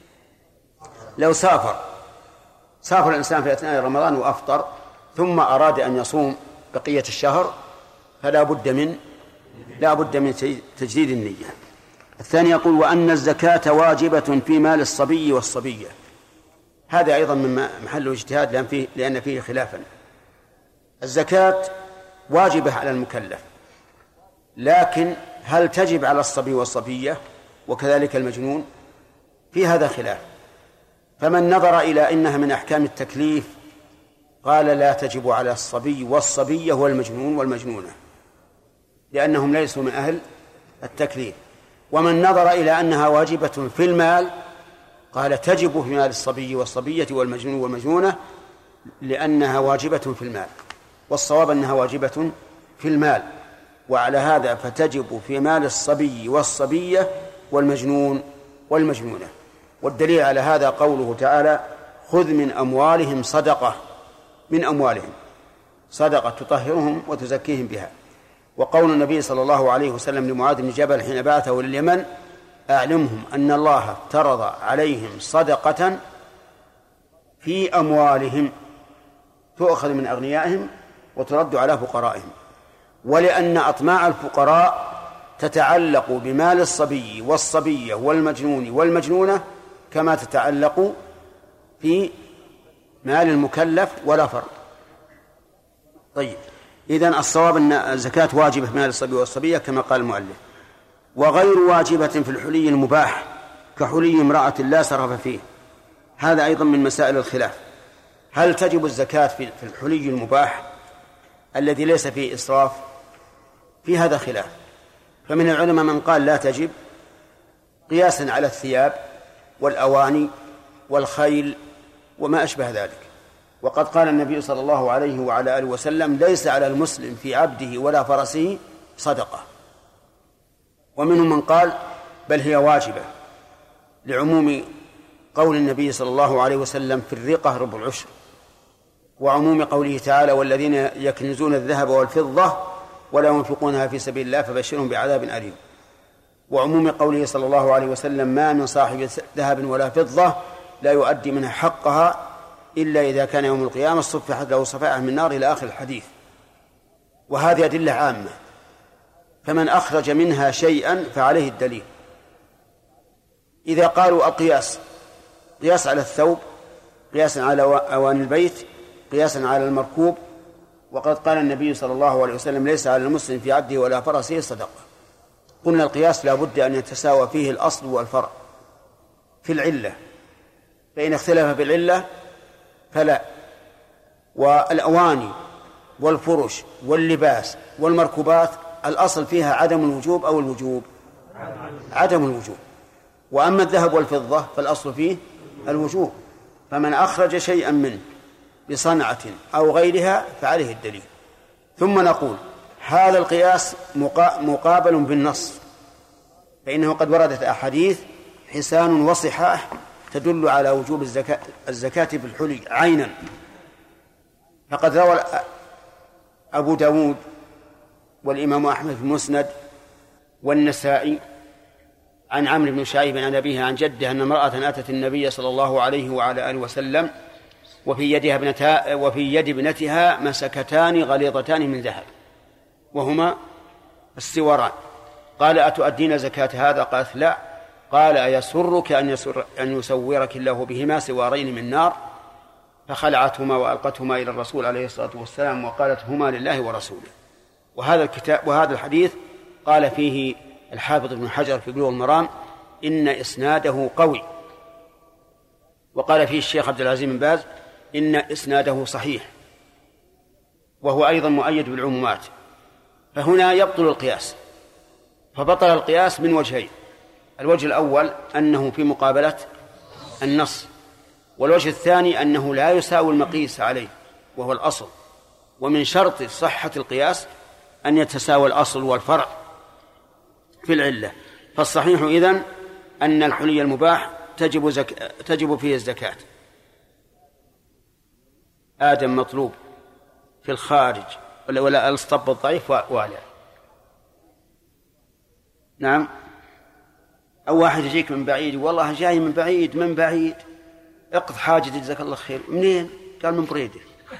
لو سافر سافر الإنسان في أثناء رمضان وأفطر ثم أراد أن يصوم بقية الشهر فلا بد من لا بد من تجديد النية. الثاني يقول وأن الزكاة واجبة في مال الصبي والصبية. هذا أيضا من محل اجتهاد لأن فيه, لأن فيه خلافا. الزكاة واجبة على المكلف، لكن هل تجب على الصبي والصبية وكذلك المجنون؟ في هذا خلاف. فمن نظر إلى إنها من أحكام التكليف قال لا تجب على الصبي والصبية والمجنون والمجنونة لأنهم ليسوا من أهل التكليف. ومن نظر إلى أنها واجبة في المال قال تجب في مال الصبي والصبية والمجنون والمجنونة لأنها واجبة في المال، والصواب أنها واجبة في المال. وعلى هذا فتجب في مال الصبي والصبية والمجنون والمجنونة. والدليل على هذا قوله تعالى خذ من أموالهم صدقة، من أموالهم صدقة تطهرهم وتزكيهم بها. وقول النبي صلى الله عليه وسلم لمعاذ بن جبل حين بعثه لليمن أعلمهم أن الله افترض عليهم صدقة في أموالهم تؤخذ من أغنيائهم وترد على فقرائهم، ولأن أطماع الفقراء تتعلق بمال الصبي والصبية والمجنون والمجنونة كما تتعلق في مال المكلف ولا فرق. طيب، إذن الصواب أن الزكاة واجبة في مال الصبي والصبية كما قال المؤلف، وغير واجبة في الحلي المباح كحلي امرأة لا سرف فيه. هذا أيضا من مسائل الخلاف، هل تجب الزكاة في الحلي المباح الذي ليس فيه إسراف؟ في هذا خلاف. فمن العلماء من قال لا تجب قياسا على الثياب والأواني والخيل وما أشبه ذلك. وقد قال النبي صلى الله عليه وعلى آله وسلم ليس على المسلم في عبده ولا فرسه صدقة. ومنهم من قال بل هي واجبة لعموم قول النبي صلى الله عليه وسلم في الرقة ربع العشر، وعموم قوله تعالى والذين يكنزون الذهب والفضة ولا ينفقونها في سبيل الله فبشرهم بعذاب أليم، وعموم قوله صلى الله عليه وسلم ما من صاحب ذهب ولا فضة لا يؤدي منها حقها إلا إذا كان يوم القيامة صفحت له صفائح من نار إلى آخر الحديث. وهذه أدلة عامة، فمن أخرج منها شيئا فعليه الدليل. إذا قالوا القياس قياس على الثوب، قياسا على أواني البيت، قياسا على المركوب، وقد قال النبي صلى الله عليه وسلم ليس على المسلم في عبده ولا فرسه صدقة. قلنا القياس لا بد أن يتساوى فيه الأصل والفرع في العلة، فإن اختلف في العلة فلا. والأواني والفرش واللباس والمركوبات الأصل فيها عدم الوجوب أو الوجوب؟ عدم الوجوب. وأما الذهب والفضة فالأصل فيه الوجوب، فمن أخرج شيئا منه بصنعة أو غيرها فعليه الدليل. ثم نقول هذا القياس مقابل بالنص، فإنه قد وردت أحاديث حسان وصحاح تدل على وجوب الزكاة, الزكاة في الحلي عينا. فقد روى أبو داود والإمام أحمد في المسند والنسائي عن عمرو بن شعيب عن أبيه عن جده أن امرأة أتت النبي صلى الله عليه وعلى آله وسلم وفي يدها ابنتها وفي يد ابنتها مسكتان غليظتان من ذهب وهما السواران. قال أتؤدين زكاة هذا؟ قالت لا. قال أيسرك أن, يسر أن يسورك الله بهما سوارين من نار؟ فخلعتهما وألقتهما إلى الرسول عليه الصلاة والسلام وقالت هما لله ورسوله. وهذا الكتاب وهذا الحديث قال فيه الحافظ ابن حجر في بلوغ المرام إن إسناده قوي، وقال فيه الشيخ عبد العزيز بن باز إن إسناده صحيح، وهو أيضا مؤيد بالعمومات. فهنا يبطل القياس، فبطل القياس من وجهين: الوجه الأول أنه في مقابلة النص، والوجه الثاني أنه لا يساوي المقيس عليه وهو الأصل، ومن شرط صحة القياس أن يتساوى الأصل والفرع في العلة. فالصحيح إذن أن الحلي المباح تجب, زك... تجب فيه الزكاة. آدم مطلوب في الخارج ولا, ولا الصب الضعيف والع. نعم. أو واحد يجيك من بعيد، والله جاي من بعيد من بعيد اقض حاجتي جزاك الله خير. منين؟ قال من بريدة.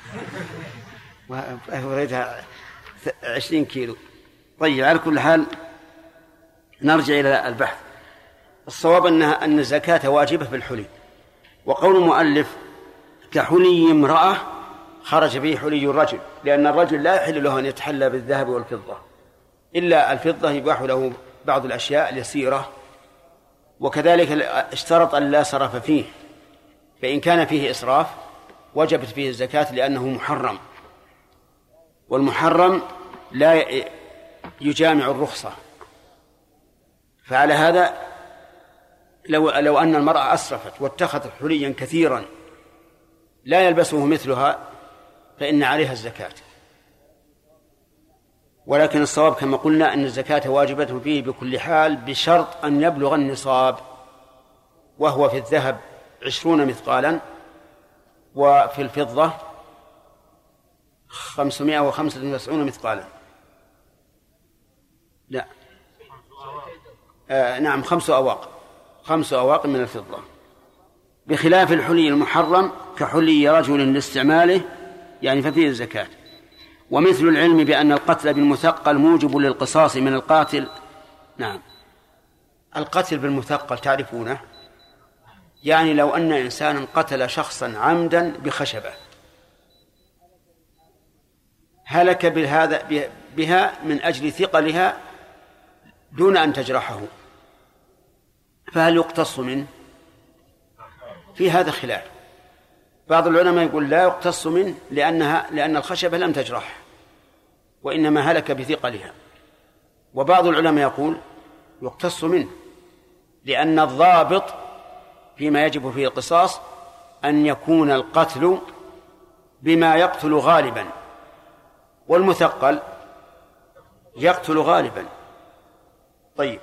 بريدها عشرين كيلو. طيب، على كل حال نرجع إلى البحث. الصواب أنها أن الزكاة واجبة في الحلي. وقول المؤلف كحلي امرأة خرج به حلي الرجل، لأن الرجل لا يحل له أن يتحلى بالذهب والفضة، إلا الفضة يباح له بعض الأشياء اليسيرة، وكذلك اشترط أن لا سرف فيه، فإن كان فيه إسراف وجبت فيه الزكاة لأنه محرم، والمحرم لا يجامع الرخصة. فعلى هذا لو, لو أن المرأة أسرفت واتخذت حليا كثيرا لا يلبسه مثلها فإن عليها الزكاة. ولكن الصواب كما قلنا أن الزكاة واجبة فيه بكل حال بشرط أن يبلغ النصاب، وهو في الذهب عشرون مثقالا، وفي الفضة خمسمائة وخمسة وتسعون مثقالا. لا آه نعم خمس أواق خمس أواق من الفضة، بخلاف الحلي المحرم كحلي رجل لاستعماله يعني ففيه الزكاة. ومثل العلم بأن القتل بالمثقل موجب للقصاص من القاتل. نعم، القتل بالمثقل تعرفونه، يعني لو أن إنسانا قتل شخصا عمدا بخشبة هلك بهذا بها من أجل ثقلها دون أن تجرحه، فهل يقتص منه؟ في هذا خلاف. بعض العلماء يقول لا يقتص منه لأنها لأن الخشبة لم تجرح وإنما هلك بثقلها، وبعض العلماء يقول يقتص منه لأن الضابط فيما يجب فيه القصاص أن يكون القتل بما يقتل غالبا، والمثقل يقتل غالبا. طيب،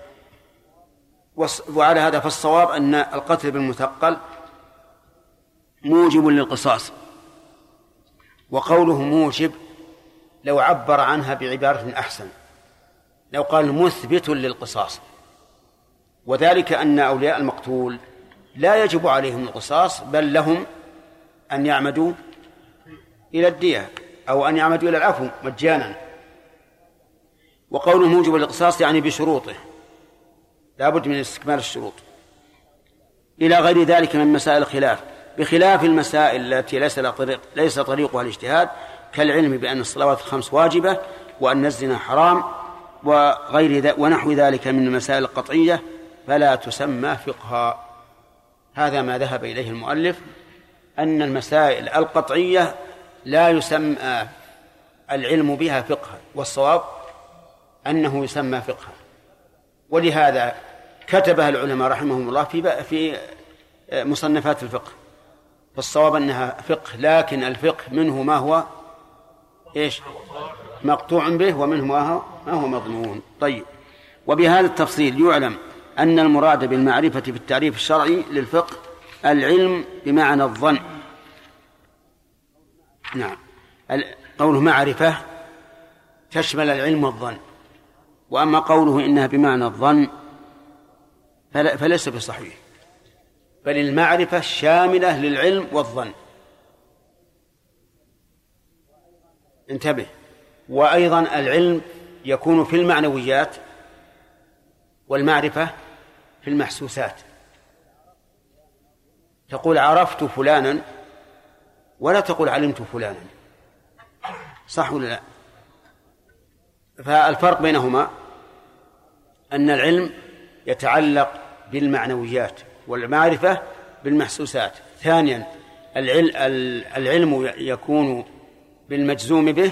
وعلى هذا فالصواب أن القتل بالمثقل موجب للقصاص. وقوله موجب لو عبر عنها بعبارة أحسن، لو قال مثبت للقصاص، وذلك أن أولياء المقتول لا يجب عليهم القصاص، بل لهم أن يعمدوا إلى الدية أو أن يعمدوا إلى العفو مجانا. وقوله موجب للقصاص يعني بشروطه، لا بد من استكمال الشروط، إلى غير ذلك من مسائل الخلاف، بخلاف المسائل التي ليس طريق ليس طريقها الاجتهاد، كالعلم بأن الصلوات الخمس واجبة وأن الزنا حرام وغير ذلك ونحو ذلك من المسائل القطعية، فلا تسمى فقها. هذا ما ذهب إليه المؤلف، أن المسائل القطعية لا يسمى العلم بها فقها، والصواب أنه يسمى فقها. ولهذا كتبها العلماء رحمهم الله في في مصنفات الفقه، فالصواب أنها فقه، لكن الفقه منه ما هو إيش مقطوع به ومنه ما هو, ما هو مضمون. طيب، وبهذا التفصيل يعلم أن المراد بالمعرفة في التعريف الشرعي للفقه العلم بمعنى الظن. نعم، قوله معرفة تشمل العلم والظن، وأما قوله إنها بمعنى الظن فليس بصحيح، بل المعرفة شاملة للعلم والظن، انتبه. وأيضا العلم يكون في المعنويات والمعرفة في المحسوسات. تقول عرفت فلانا ولا تقول علمت فلانا، صح ولا لا؟ فالفرق بينهما أن العلم يتعلق بالمعنويات والمعرفة بالمحسوسات. ثانيا العلم يكون بالمجزوم به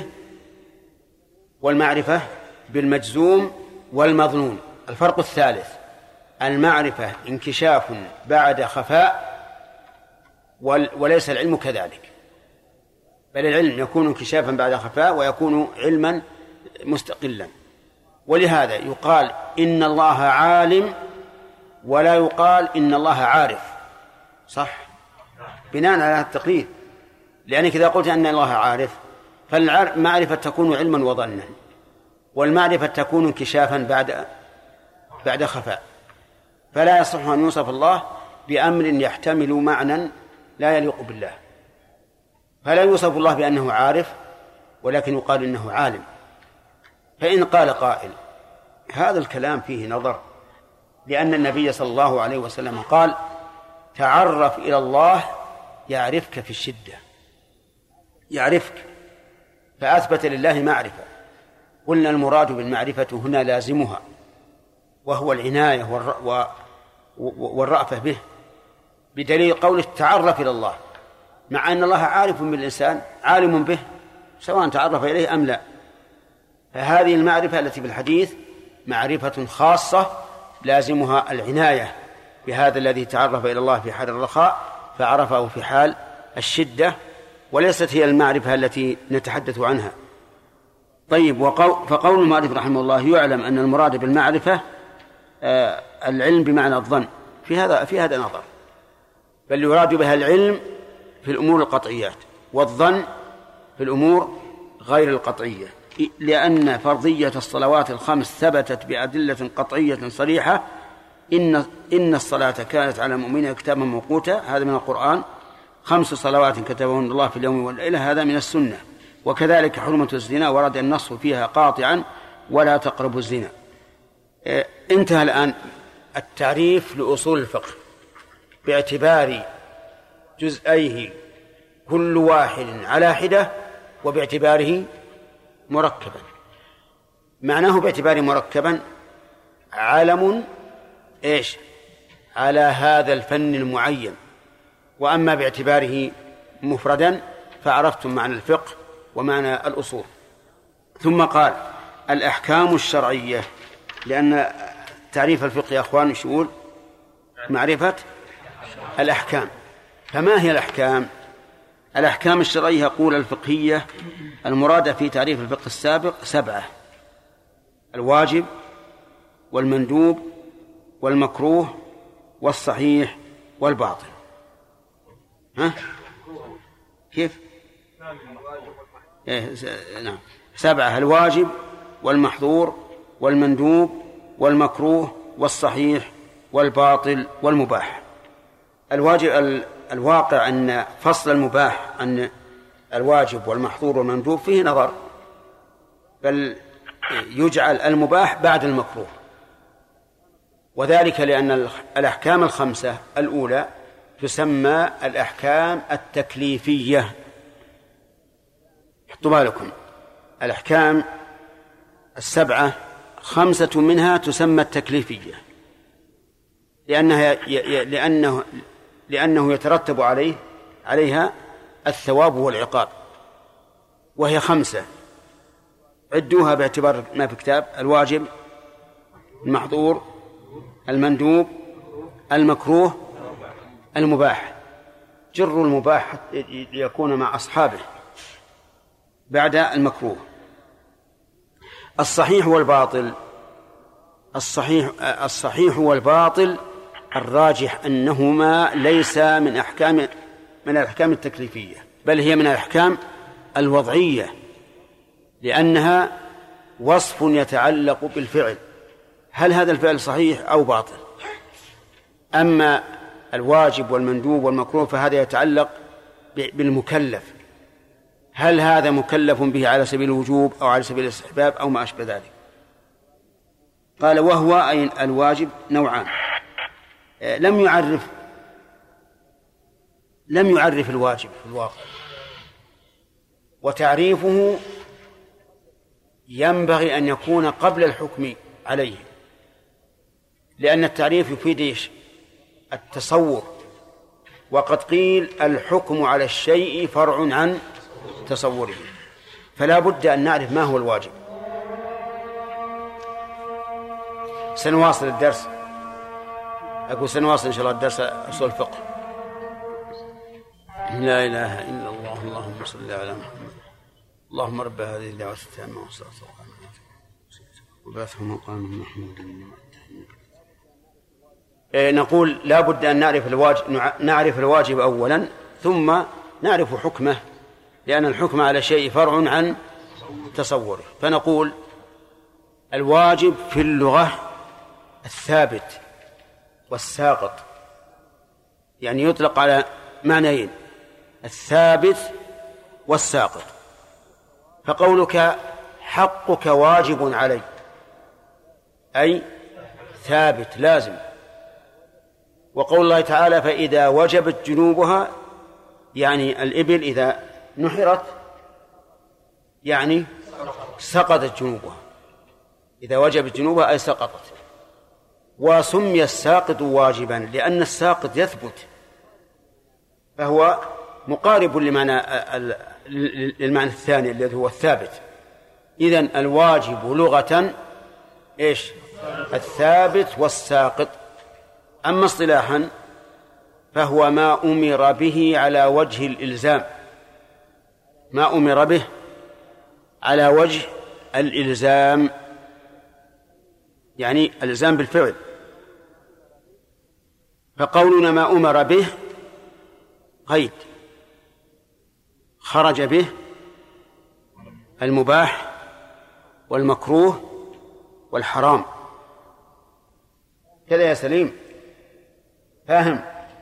والمعرفة بالمجزوم والمظنون. الفرق الثالث المعرفة انكشاف بعد خفاء وليس العلم كذلك، بل العلم يكون انكشافا بعد خفاء ويكون علما مستقلا. ولهذا يقال إن الله عالم ولا يقال إن الله عارف، صح؟ بناء على هذا التقييد، لأنك إذا قلت أن الله عارف فالمعرفة تكون علما وظنا، والمعرفة تكون انكشافا بعد بعد خفاء، فلا يصح أن يوصف الله بأمر يحتمل معنى لا يليق بالله. فلا يوصف الله بأنه عارف ولكن يقال إنه عالم. فإن قال قائل هذا الكلام فيه نظر، لأن النبي صلى الله عليه وسلم قال تعرف إلى الله يعرفك في الشدة، يعرفك، فأثبت لله معرفة. قلنا المراد بالمعرفة هنا لازمها وهو العناية والرأفة به، بدليل قوله تعرف إلى الله، مع أن الله عارف بالإنسان عالم به سواء تعرف إليه أم لا. فهذه المعرفة التي في الحديث معرفة خاصة لازمها العناية بهذا الذي تعرف إلى الله في حال الرخاء فعرفه في حال الشدة، وليست هي المعرفة التي نتحدث عنها. طيب، وقو... فقول المؤلف رحمه الله يعلم أن المراد بالمعرفة آه العلم بمعنى الظن، في هذا في هذا نظر، بل يراد بها العلم في الأمور القطعيات والظن في الأمور غير القطعية، لأن فرضية الصلوات الخمس ثبتت بأدلة قطعية صريحة. إن إن الصلاة كانت على المؤمنين كتابا موقوتا، هذا من القرآن. خمس صلوات كتبهن الله في اليوم والليلة، هذا من السنة. وكذلك حرمة الزنا ورد النص فيها قاطعا ولا تقربوا الزنا. انتهى الآن التعريف لأصول الفقه باعتبار جزئيه كل واحد على حدة وباعتباره مركبا. معناه باعتباره مركبا علم إيش على هذا الفن المعين، وأما باعتباره مفردا فعرفتم معنى الفقه ومعنى الأصول. ثم قال الأحكام الشرعية، لأن تعريف الفقه يا أخوان شؤون معرفة الأحكام. فما هي الأحكام؟ الأحكام الشرعية يقول الفقهية المرادة في تعريف الفقه السابق سبعة: الواجب والمندوب والمكروه والصحيح والباطل. ها؟ كيف؟ إيه نعم، سبعة: الواجب والمحظور والمندوب والمكروه والصحيح والباطل والمباح. الواجب الواقع أن فصل المباح أن الواجب والمحظور والمندوب فيه نظر، بل يجعل المباح بعد المكروه، وذلك لأن الأحكام الخمسة الأولى تسمى الأحكام التكليفية. حطوا بالكم، الأحكام السبعة خمسة منها تسمى التكليفية لأنها لأنه لأنه يترتب عليه عليها الثواب والعقاب، وهي خمسة. عدوها باعتبار ما في كتاب: الواجب، المحظور، المندوب، المكروه، المباح. جر المباح ليكون مع أصحابه بعد المكروه. الصحيح والباطل، الصحيح الصحيح والباطل الراجح أنهما ليس من أحكام من الأحكام التكليفية، بل هي من الأحكام الوضعية، لأنها وصف يتعلق بالفعل، هل هذا الفعل صحيح أو باطل. أما الواجب والمندوب والمكروه فهذا يتعلق بالمكلف، هل هذا مكلف به على سبيل الوجوب أو على سبيل الاستحباب أو ما أشبه ذلك؟ قال وهو أي الواجب نوعان. لم يعرف لم يعرف الواجب في الواقع، وتعريفه ينبغي أن يكون قبل الحكم عليه، لأن التعريف يفيد إيش؟ التصور، وقد قيل الحكم على الشيء فرع عن تصوره، فلا بد أن نعرف ما هو الواجب. سنواصل الدرس، أقول سنواصل إن شاء الله الدرس أصول الفقه. لا إله إلا الله، اللهم صل على محمد، اللهم رب هذه الدعوة التامة والصلاة والسلام وبعثه مقام محمود. نقول لا بد أن نعرف الواجب نعرف الواجب أولا ثم نعرف حكمه، لأن الحكم على شيء فرع عن تصوره. فنقول الواجب في اللغة الثابت والساقط، يعني يطلق على معنيين: الثابت والساقط. فقولك حقك واجب علي أي ثابت لازم، وقول الله تعالى فإذا وجبت جنوبها يعني الإبل إذا نحرت يعني سقطت جنوبها، إذا وجبت جنوبها أي سقطت. وسمي الساقط واجبا لأن الساقط يثبت، فهو مقارب لمعنى للمعنى الثاني الذي هو الثابت. إذن الواجب لغة إيش؟ الثابت والساقط. أما اصطلاحا فهو ما أمر به على وجه الإلزام، ما أمر به على وجه الإلزام، يعني الإلزام بالفعل. فقولنا ما أمر به قيد، خرج به المباح والمكروه والحرام. كذا يا سليم فاهم؟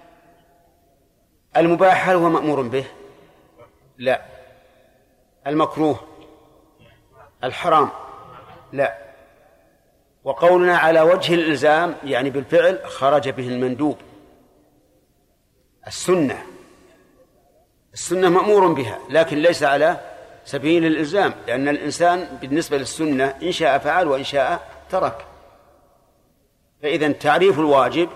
المباح هل هو مأمور به؟ لا. المكروه؟ الحرام؟ لا. وقولنا على وجه الإلزام يعني بالفعل خرج به المندوب. السنة السنة مأمور بها لكن ليس على سبيل الإلزام، لأن الإنسان بالنسبة للسنة إن شاء فعل وإن شاء ترك. فإذا تعريف الواجب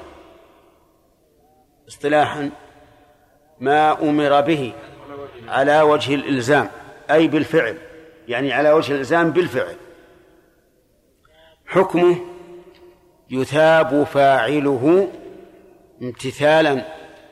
اصطلاحا ما أمر به على وجه الإلزام أي بالفعل، يعني على وجه الإلزام بالفعل. حكمه يثاب فاعله امتثالا،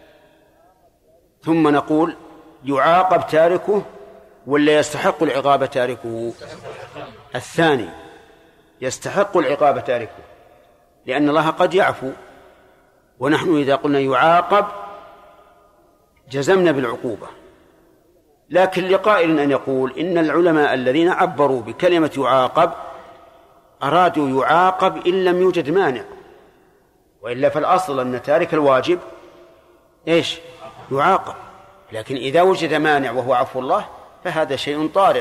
ثم نقول يعاقب تاركه ولا يستحق العقاب تاركه؟ الثاني، يستحق العقاب تاركه، لأن الله قد يعفو، ونحن إذا قلنا يعاقب جزمنا بالعقوبة. لكن لقائل أن يقول إن العلماء الذين عبروا بكلمة يعاقب أرادوا يعاقب إن لم يوجد مانع، وإلا فالأصل أن تارك الواجب إيش؟ يعاقب. لكن إذا وجد مانع وهو عفو الله فهذا شيء طارئ.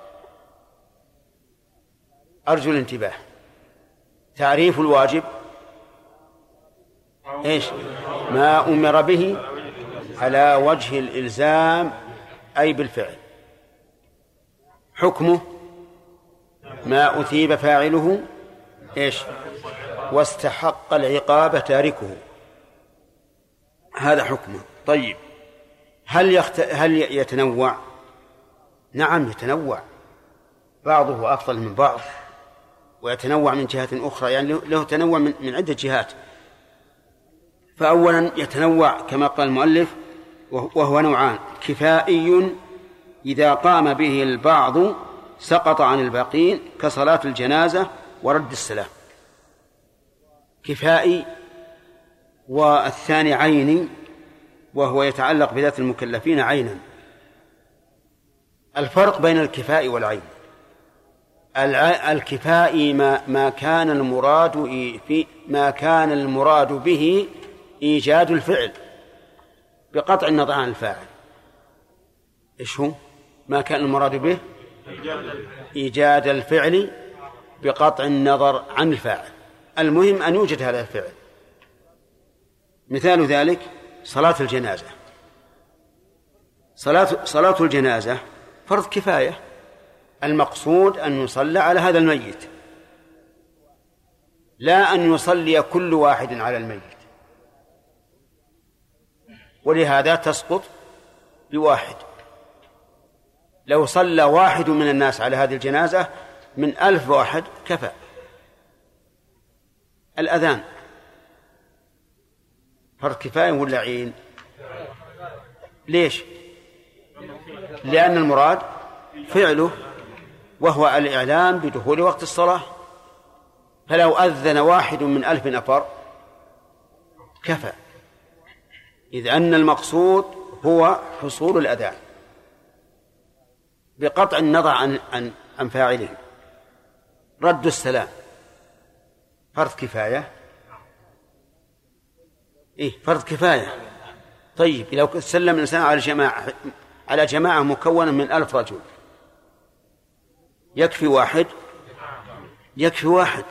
أرجو الانتباه. تعريف الواجب إيش؟ ما أمر به على وجه الإلزام أي بالفعل. حكمه ما أثيب فاعله إيش؟ واستحق العقاب تاركه، هذا حكمه. طيب هل يخت... هل يتنوع؟ نعم يتنوع، بعضه أفضل من بعض ويتنوع من جهات أخرى، يعني له تنوع من, من عدة جهات. فأولا يتنوع كما قال المؤلف وهو نوعان: كفائي إذا قام به البعض سقط عن الباقين كصلاة الجنازة ورد السلام، كفائي. والثاني عيني وهو يتعلق بذات المكلفين عينا. الفرق بين الكفاء والعين: الكفاء ما ما كان المراد في ما كان المراد به إيجاد الفعل بقطع النظر عن الفاعل. إيش هو؟ ما كان المراد به إيجاد الفعل بقطع النظر عن الفاعل، المهم أن يوجد هذا الفعل. مثال ذلك صلاة الجنازة. صلاة, صلاة الجنازة فرض كفاية، المقصود أن يصلى على هذا الميت، لا أن يصلي كل واحد على الميت، ولهذا تسقط بواحد. لو صلى واحد من الناس على هذه الجنازة من ألف واحد كفى. الأذان فرض كفاية ولا عين؟ ليش؟ لأن المراد فعله وهو الإعلام بدخول وقت الصلاة، فلو أذن واحد من ألف نفر كفى، إذ أن المقصود هو حصول الأذان بقطع النظر عن, عن, عن فاعله. رد السلام فرض كفاية، إيه فرض كفاية. طيب لو سلم الإنسان على جماعة على جماعة مكونة من ألف رجل يكفي واحد؟ يكفي واحد،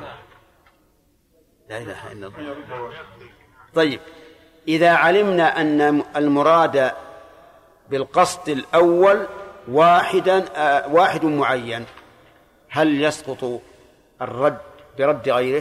لا إله إلا الله. طيب إذا علمنا أن المراد بالقصد الأول واحدا آه واحد معين، هل يسقط الرد برد غيره؟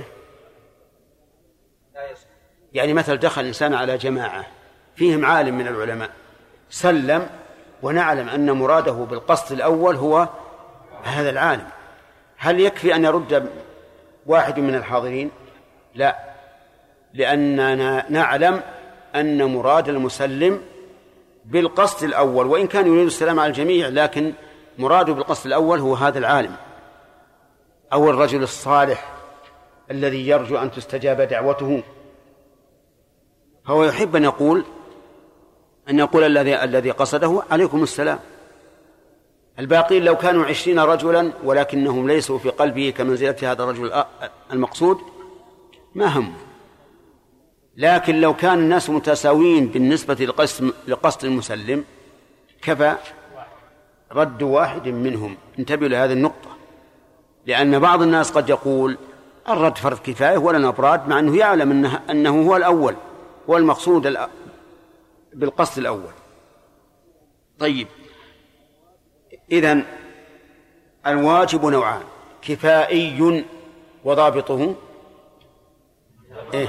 يعني مثل دخل الإنسان على جماعة فيهم عالم من العلماء سلم، ونعلم أن مراده بالقصد الأول هو هذا العالم، هل يكفي أن يرد واحد من الحاضرين؟ لا، لأننا نعلم أن مراد المسلم بالقصد الأول، وإن كان يريد السلام على الجميع لكن مراده بالقصد الأول هو هذا العالم أو الرجل الصالح الذي يرجو أن تستجاب دعوته، هو يحب أن يقول أن يقول الذي الذي قصده عليكم السلام. الباقين لو كانوا عشرين رجلا ولكنهم ليسوا في قلبه كمنزلة هذا الرجل المقصود ما هم، لكن لو كان الناس متساوين بالنسبة لقصد المسلم كفى رد واحد منهم. انتبهوا لهذه النقطة، لأن بعض الناس قد يقول الرد فرض كفاية ولا نبراد، مع أنه يعلم أنه, أنه هو الأول، هو المقصود بالقصد الأول. طيب إذن الواجب نوعان، كفائي وضابطه إيه؟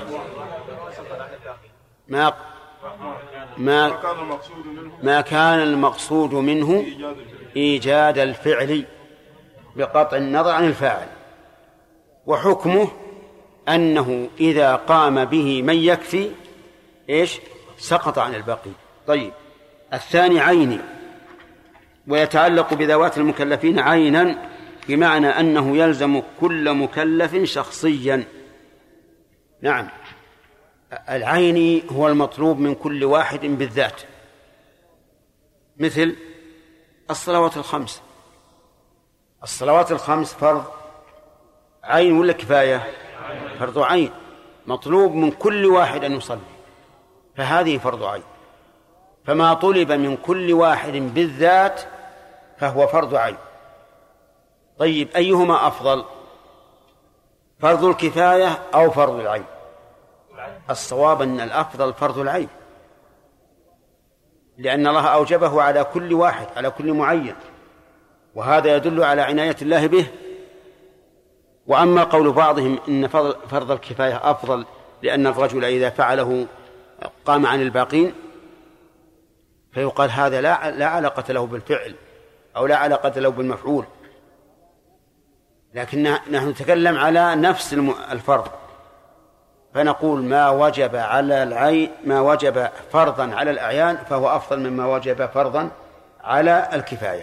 ما ما ما كان المقصود منه إيجاد الفعل بقطع النظر عن الفاعل، وحكمه أنه إذا قام به من يكفي إيش سقط عن الباقي. طيب الثاني عيني، ويتعلق بذوات المكلفين عينا، بمعنى أنه يلزم كل مكلف شخصيا. نعم، العيني هو المطلوب من كل واحد بالذات، مثل الصلوات الخمس. الصلوات الخمس فرض عين ولا كفاية؟ فرض عين، مطلوب من كل واحد أن يصلي، فهذه فرض عين. فما طلب من كل واحد بالذات فهو فرض عين. طيب أيهما أفضل، فرض الكفاية أو فرض العين؟ الصواب أن الأفضل فرض العين، لأن الله أوجبه على كل واحد، على كل معين، وهذا يدل على عناية الله به. وأما قول بعضهم إن فرض الكفاية أفضل لأن الرجل إذا فعله قام عن الباقين، فيقال هذا لا لا علاقة له بالفعل أو لا علاقة له بالمفعول، لكن نحن نتكلم على نفس الفرض، فنقول ما وجب على العين ما وجب فرضا على الأعيان فهو أفضل مما وجب فرضا على الكفاية.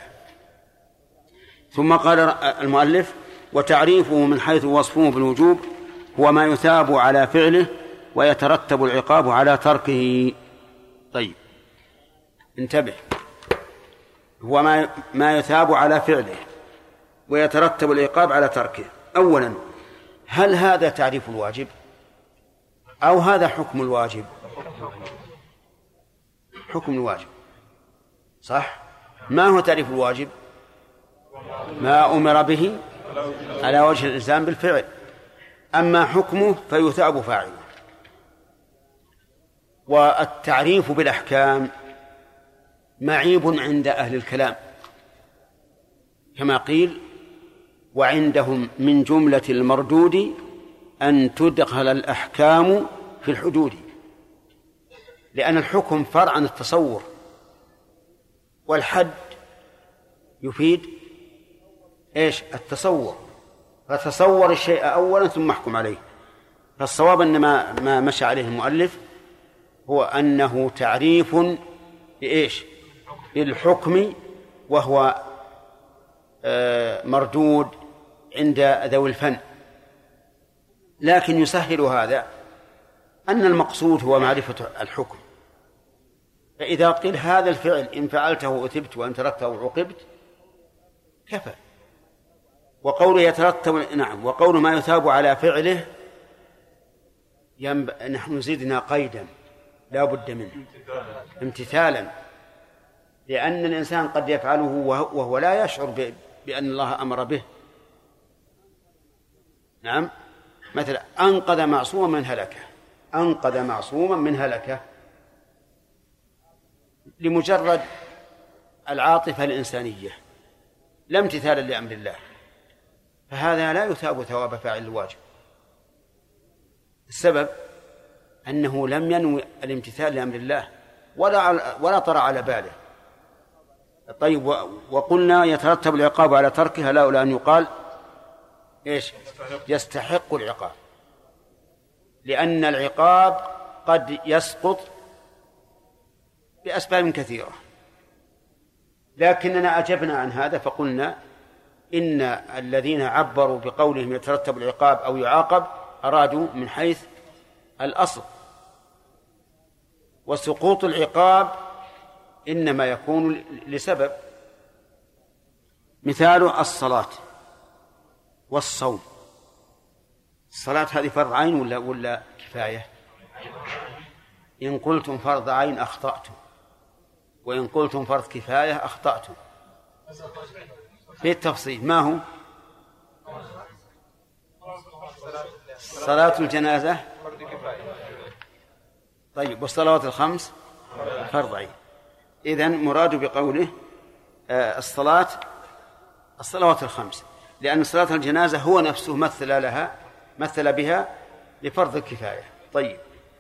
ثم قال المؤلف: وتعريفه من حيث وصفه بالوجوب هو ما يثاب على فعله ويترتب العقاب على تركه. طيب انتبه، هو ما ما يثاب على فعله ويترتب العقاب على تركه. أولا، هل هذا تعريف الواجب أو هذا حكم الواجب؟ حكم الواجب، صح؟ ما هو تعريف الواجب؟ ما أمر به على وجه الإلزام بالفعل، أما حكمه فيثاب فاعله. والتعريف بالأحكام معيب عند أهل الكلام، كما قيل: وعندهم من جملة المردود أن تدخل الأحكام في الحدود، لأن الحكم فرع عن التصور، والحد يفيد إيش؟ التصور، فتصور الشيء أولا ثم احكم عليه. فالصواب أن ما, ما مشى عليه المؤلف هو أنه تعريف لإيش؟ للحكم، وهو مردود عند ذوي الفن. لكن يسهل هذا أن المقصود هو معرفة الحكم، فإذا قيل هذا الفعل إن فعلته أثبت وإن تركته عوقبت كفى. وقوله يترتب، نعم، وقوله ما يثاب على فعله ينب... نحن زدنا قيدا لا بد منه امتثالا، لأن الإنسان قد يفعله وهو لا يشعر ب... بأن الله أمر به. نعم، مثلا أنقذ معصوما من هلكه، أنقذ معصوما من هلكه لمجرد العاطفة الإنسانية لا امتثالا لأمر الله، فهذا لا يثاب ثواب فاعل الواجب. السبب أنه لم ينوي الامتثال لأمر الله ولا ولا طرأ على باله. طيب، وقلنا يترتب العقاب على تركها، لا أن يقال إيش؟ يستحق العقاب، لأن العقاب قد يسقط بأسباب كثيرة، لكننا أجبنا عن هذا فقلنا إن الذين عبروا بقولهم يترتب العقاب أو يعاقب أرادوا من حيث الأصل، وسقوط العقاب إنما يكون لسبب. مثال الصلاة والصوم. الصلاة هذه فرض عين ولا ولا كفاية؟ إن قلتم فرض عين أخطأتم، وإن قلتم فرض كفاية أخطأتم. في التفصيل ما هو؟ صلاة الجنازة طيب، والصلوات الخمس فرض عين. إذن مراد بقوله آه الصلاة الصلوات الخمس، لأن صلاة الجنازة هو نفسه مثل لها مثل بها لفرض الكفاية. طيب،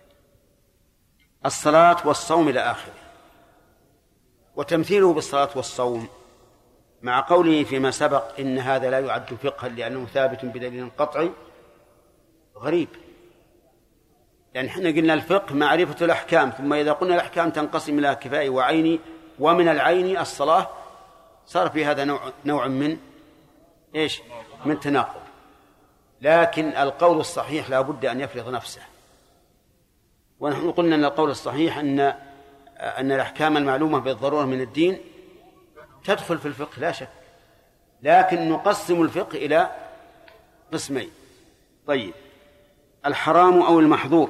الصلاة والصوم إلى آخره. وتمثيله بالصلاة والصوم مع قوله فيما سبق إن هذا لا يعد فقها لأنه ثابت بدليل قطعي غريب، يعني احنا قلنا الفقه معرفة الأحكام، ثم إذا قلنا الأحكام تنقسم إلى كفاية وعيني، ومن العين الصلاة، صار في هذا نوع, نوع من إيش؟ من تناقض. لكن القول الصحيح لا بد أن يفرض نفسه، ونحن قلنا أن القول الصحيح أن أن الأحكام المعلومة بالضرورة من الدين تدخل في الفقه لا شك، لكن نقسم الفقه إلى قسمين. طيب، الحرام أو المحظور.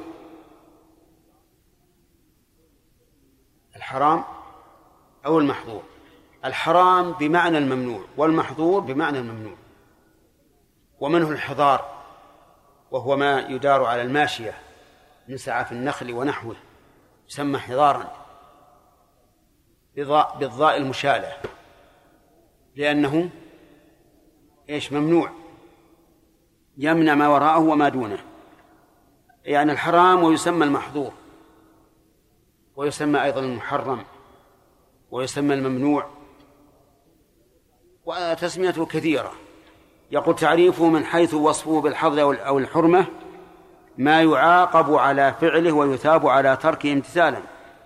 الحرام أو المحظور. الحرام بمعنى الممنوع، والمحظور بمعنى الممنوع. ومنه الحضار، وهو ما يدار على الماشية من سعاف النخل ونحوه، يسمى حضارا بالضاء المشالة، لأنه إيش؟ ممنوع، يمنع ما وراءه وما دونه، يعني الحرام. ويسمى المحظور، ويسمى أيضا المحرم، ويسمى الممنوع، وتسميته كثيرة. يقول تعريفه من حيث وصفه بالحظر أو الحرمة ما يعاقب على فعله ويثاب على تركه امتثالا.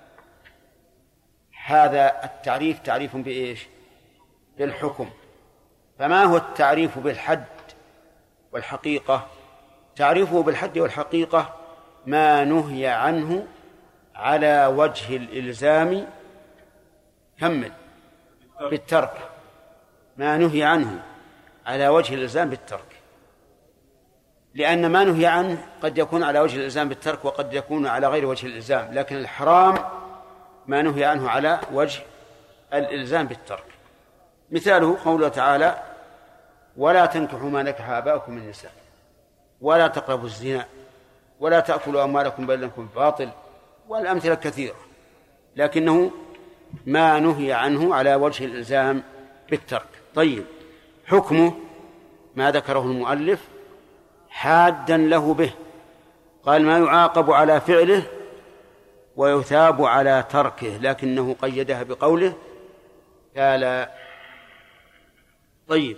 هذا التعريف تعريف بإيش؟ بالحكم. فما هو التعريف بالحد والحقيقة؟ تعريفه بالحد والحقيقة ما نهي عنه على وجه الإلزام، كمل، بالترك. ما نهي عنه على وجه الإلزام بالترك، لأن ما نهي عنه قد يكون على وجه الإلزام بالترك وقد يكون على غير وجه الإلزام، لكن الحرام ما نهي عنه على وجه الإلزام بالترك. مثاله قوله تعالى: ولا تنكحوا ما نكح آباؤكم من النساء، ولا تقربوا الزنا، ولا تأكلوا أموالكم بينكم بالباطل، والأمثلة كثيرة، لكنه ما نهي عنه على وجه الإلزام بالترك. طيب، حكمه ما ذكره المؤلف حادا له به، قال: ما يعاقب على فعله ويثاب على تركه، لكنه قيدها بقوله قال. طيب،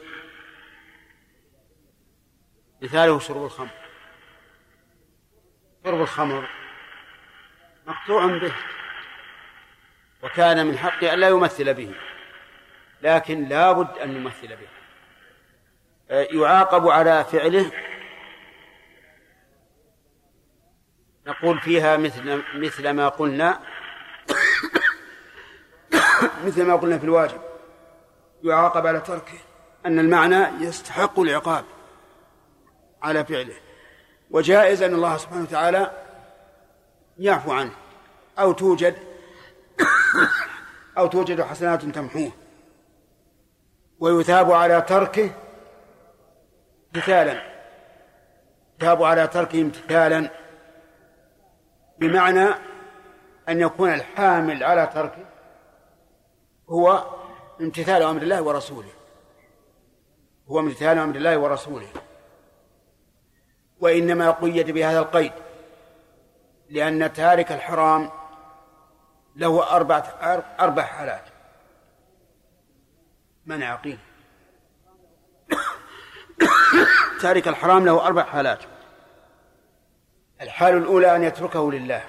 مثاله شرب الخمر. شرب الخمر مقطوع به، وكان من حقه أن لا يمثل به، لكن لا بد أن يمثل به. يعاقب على فعله، نقول فيها مثل مثل ما قلنا مثل ما قلنا في الواجب يعاقب على تركه، أن المعنى يستحق العقاب على فعله، وجائز أن الله سبحانه وتعالى يعفو عنه، أو توجد أو توجد حسنات تمحوه، ويثاب على تركه امتثالا. يثاب على تركه امتثالا بمعنى أن يكون الحامل على تركه هو امتثال أمر الله ورسوله هو امتثال أمر الله ورسوله وإنما قيد بهذا القيد لأن تارك الحرام له أربعة أربع حالات. من عقيل تارك الحرام له أربع حالات. الحال الأولى أن يتركه لله،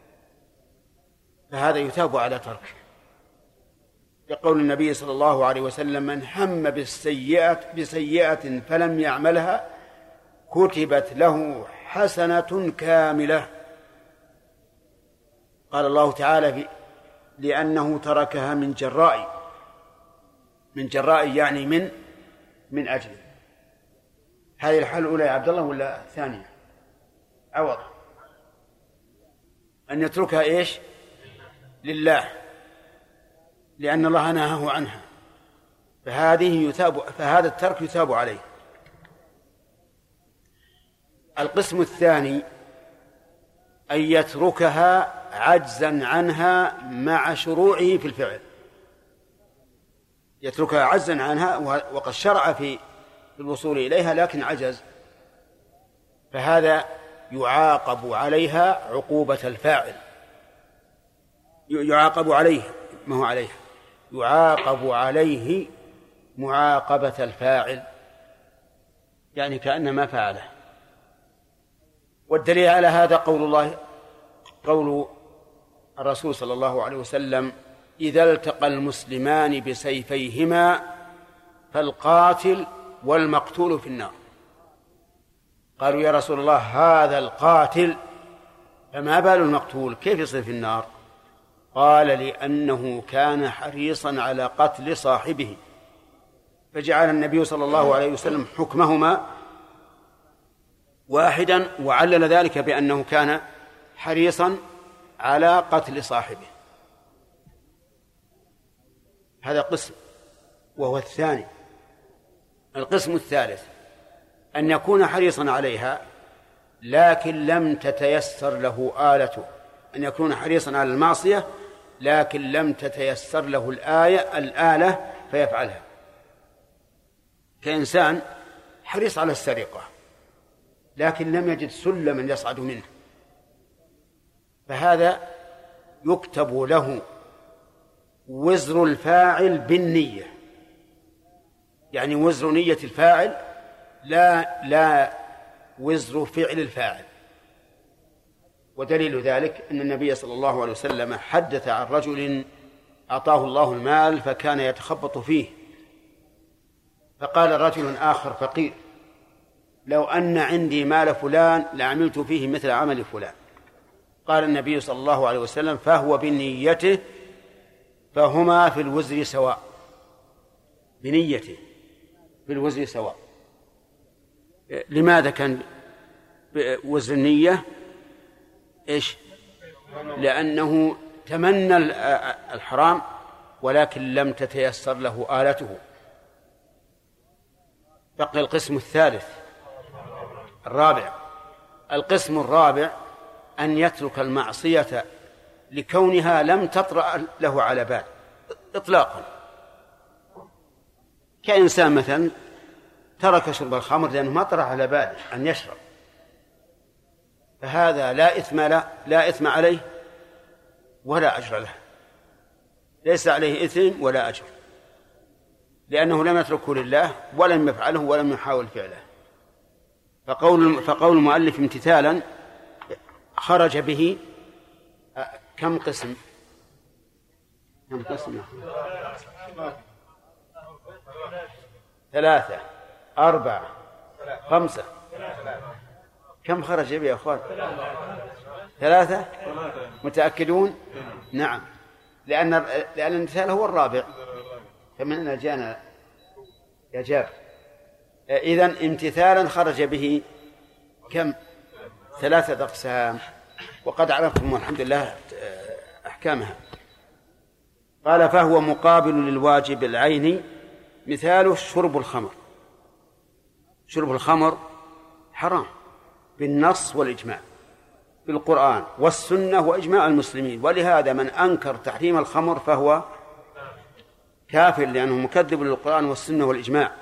فهذا يثاب على تركه، يقول النبي صلى الله عليه وسلم: من هم بالسيئة بسيئة فلم يعملها كتبت له حسنة كاملة. قال الله تعالى: لأنه تركها من جراء من جراء يعني من من أجله. هذه الحالة الأولى يا عبد الله، ولا الثانية؟ عوض. أن يتركها إيش؟ لله، لأن الله نهاه عنها، فهذه يثاب فهذا الترك يثاب عليه. القسم الثاني أن يتركها عجزا عنها مع شروعه في الفعل، يتركها عجزا عنها وقد شرع في الوصول إليها لكن عجز، فهذا يعاقب عليها عقوبة الفاعل، يعاقب عليه ما هو عليها يعاقب عليه معاقبة الفاعل، يعني كأنما فعله. والدليل على هذا قول الله قول الرسول صلى الله عليه وسلم: إذا التقى المسلمان بسيفيهما فالقاتل والمقتول في النار. قالوا: يا رسول الله، هذا القاتل، فما بال المقتول كيف يصير في النار؟ قال: لأنه كان حريصا على قتل صاحبه. فجعل النبي صلى الله عليه وسلم حكمهما واحدا، وعلل ذلك بأنه كان حريصا على قتل صاحبه. هذا قسم، وهو الثاني. القسم الثالث أن يكون حريصا عليها لكن لم تتيسر له آلته، أن يكون حريصا على المعصية لكن لم تتيسر له الآية الآلة فيفعلها، كإنسان حريص على السرقة لكن لم يجد سلما يصعد منه، فهذا يكتب له وزر الفاعل بالنية، يعني وزر نية الفاعل لا لا وزر فعل الفاعل. ودليل ذلك أن النبي صلى الله عليه وسلم حدث عن رجل أعطاه الله المال فكان يتخبط فيه، فقال رجل آخر فقير: لو أن عندي مال فلان لعملت فيه مثل عمل فلان. قال النبي صلى الله عليه وسلم: فهو بنيته، فهما في الوزر سواء، بنيته في الوزر سواء. لماذا كان وزر النية؟ إيش؟ لأنه تمنى الحرام ولكن لم تتيسر له آلته. بقي القسم الثالث الرابع. القسم الرابع أن يترك المعصية لكونها لم تطرأ له على بال إطلاقا، كإنسان مثلا ترك شرب الخمر لأنه ما طرأ على باله أن يشرب، فهذا لا إثم لا, لا إثم عليه ولا أجر له، ليس عليه إثم ولا أجر، لأنه لم يتركه لله ولم يفعله ولم يحاول فعله. فقول, فقول المؤلف امتثالا خرج به كم قسم؟ كم قسم؟ ثلاثة أربعة خمسة. كم خرج به يا أخوان؟ ثلاثة. متأكدون؟ نعم، لأن لأن الامتثال هو الرابع. فمن أين جاءنا يا جاب؟ إذن امتثالا خرج به كم؟ ثلاثة أقسام، وقد عرفتم والحمد لله أحكامها. قال فهو مقابل للواجب العيني، مثاله شرب الخمر. شرب الخمر حرام بالنص والإجماع، بالقرآن والسنة وإجماع المسلمين، ولهذا من أنكر تحريم الخمر فهو كافر لأنه مكذب للقرآن والسنة والإجماع.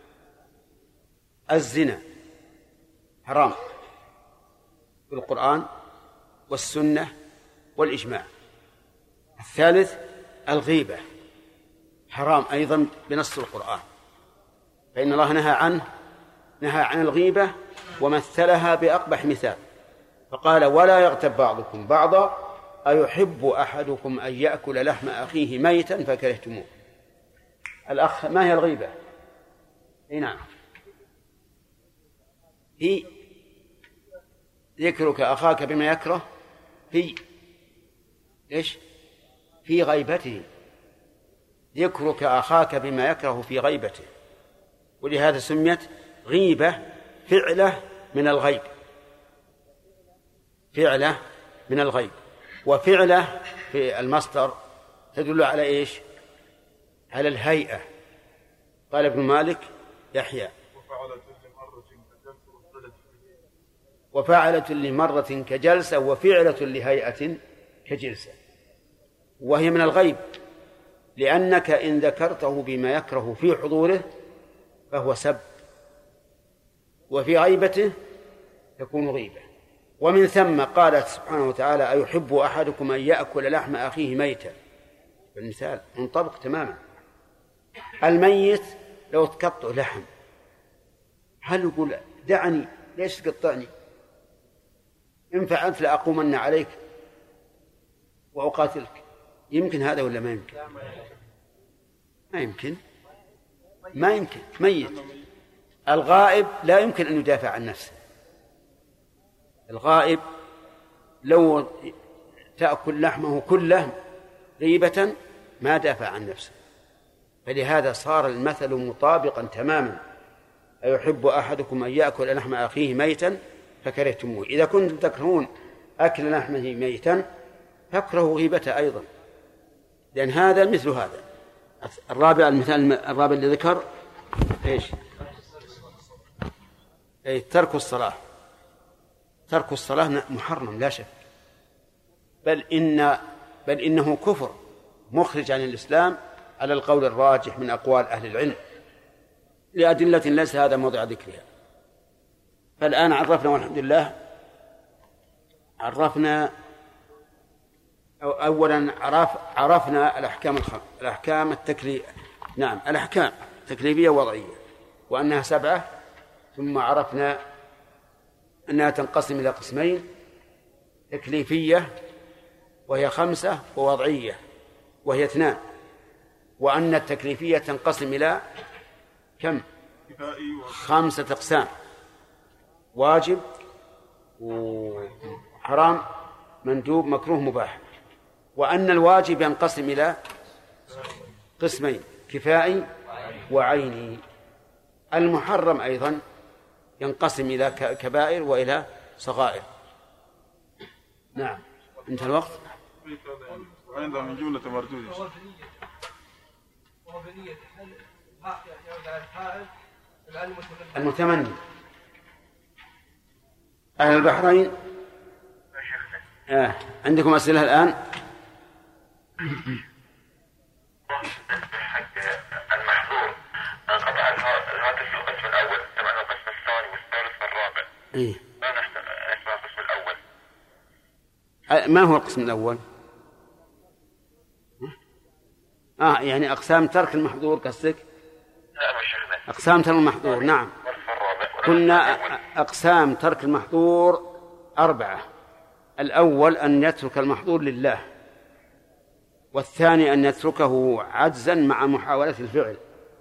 الزنا حرام بالقرآن والسنة والإجماع. الثالث الغيبة حرام أيضا بنص القرآن، فإن الله نهى عنه، نهى عن الغيبة ومثلها بأقبح مثال، فقال ولا يغتب بعضكم بعضا أيحب أحدكم أن يأكل لحم أخيه ميتا فكرهتموه. الأخ ما هي الغيبة؟ اي نعم، هي ذكرك أخاك بما يكره في إيش؟ في غيبته، ذكرك أخاك بما يكره في غيبته، ولهذا سميت غيبة فعلة من الغيب، فعلة من الغيب. وفعلة في المصدر تدل على إيش؟ على الهيئة. قال ابن مالك يحيى وفعلة لمرة كجلسة وفعلة لهيئة كجلسة، وهي من الغيب، لأنك إن ذكرته بما يكره في حضوره فهو سب، وفي غيبته تكون غيبة. ومن ثم قالت سبحانه وتعالى أيحب أحدكم أن يأكل لحم أخيه ميتا، المثال منطبق تماما. الميت لو تقطع لحم هل يقول دعني ليش تقطعني؟ إن فعلت لأقومن عليك وأقاتلك. يمكن هذا ولا ما يمكن؟ ما يمكن، ما يمكن. ميت الغائب لا يمكن أن يدافع عن نفسه. الغائب لو تأكل لحمه كله غيبة ما دافع عن نفسه، فلهذا صار المثل مطابقا تماما. أيحب أحدكم أن يأكل لحم أخيه ميتا فكرهتموه. إذا كنتم تكرهون أكل لحمه ميتا فاكرهوا غيبته أيضا، لأن هذا مثل هذا. الرابع، المثال الرابع اللي ذكر إيش؟ أي ترك الصلاة. ترك الصلاة محرم لا شك، بل إن بل إنه كفر مخرج عن الإسلام على القول الراجح من أقوال أهل العلم، لأدلة ليس هذا موضع ذكرها. فالآن عرفنا والحمد لله، عرفنا أولا عرف عرفنا الأحكام الخمس، الأحكام التكليف، نعم الأحكام التكليفية ووضعية، وأنها سبعة. ثم عرفنا أنها تنقسم إلى قسمين: تكليفية وهي خمسة، ووضعية وهي اثنان. وأن التكليفية تنقسم إلى كم؟ خمسة أقسام: واجب وحرام مندوب مكروه مباح. وأن الواجب ينقسم إلى قسمين: كفائي وعيني. المحرم أيضا ينقسم إلى كبائر وإلى صغائر. نعم، انتهى الوقت. وعندها من جملة مردود. المتمني. أهل البحرين آه. عندكم أسئلة الآن؟ المحظور قطع الهاتف في القسم الأول، طبعا القسم الثاني والثالث والرابع. إيه؟ ما نحن اسمه القسم الأول. ما هو القسم الأول؟ آه يعني أقسام ترك المحظور قصدك؟ نعم شيخنا. أقسام ترك المحظور نعم. كنا أقسام ترك المحظور أربعة. الأول أن يترك المحظور لله، والثاني أن يتركه عجزا مع محاولة الفعل،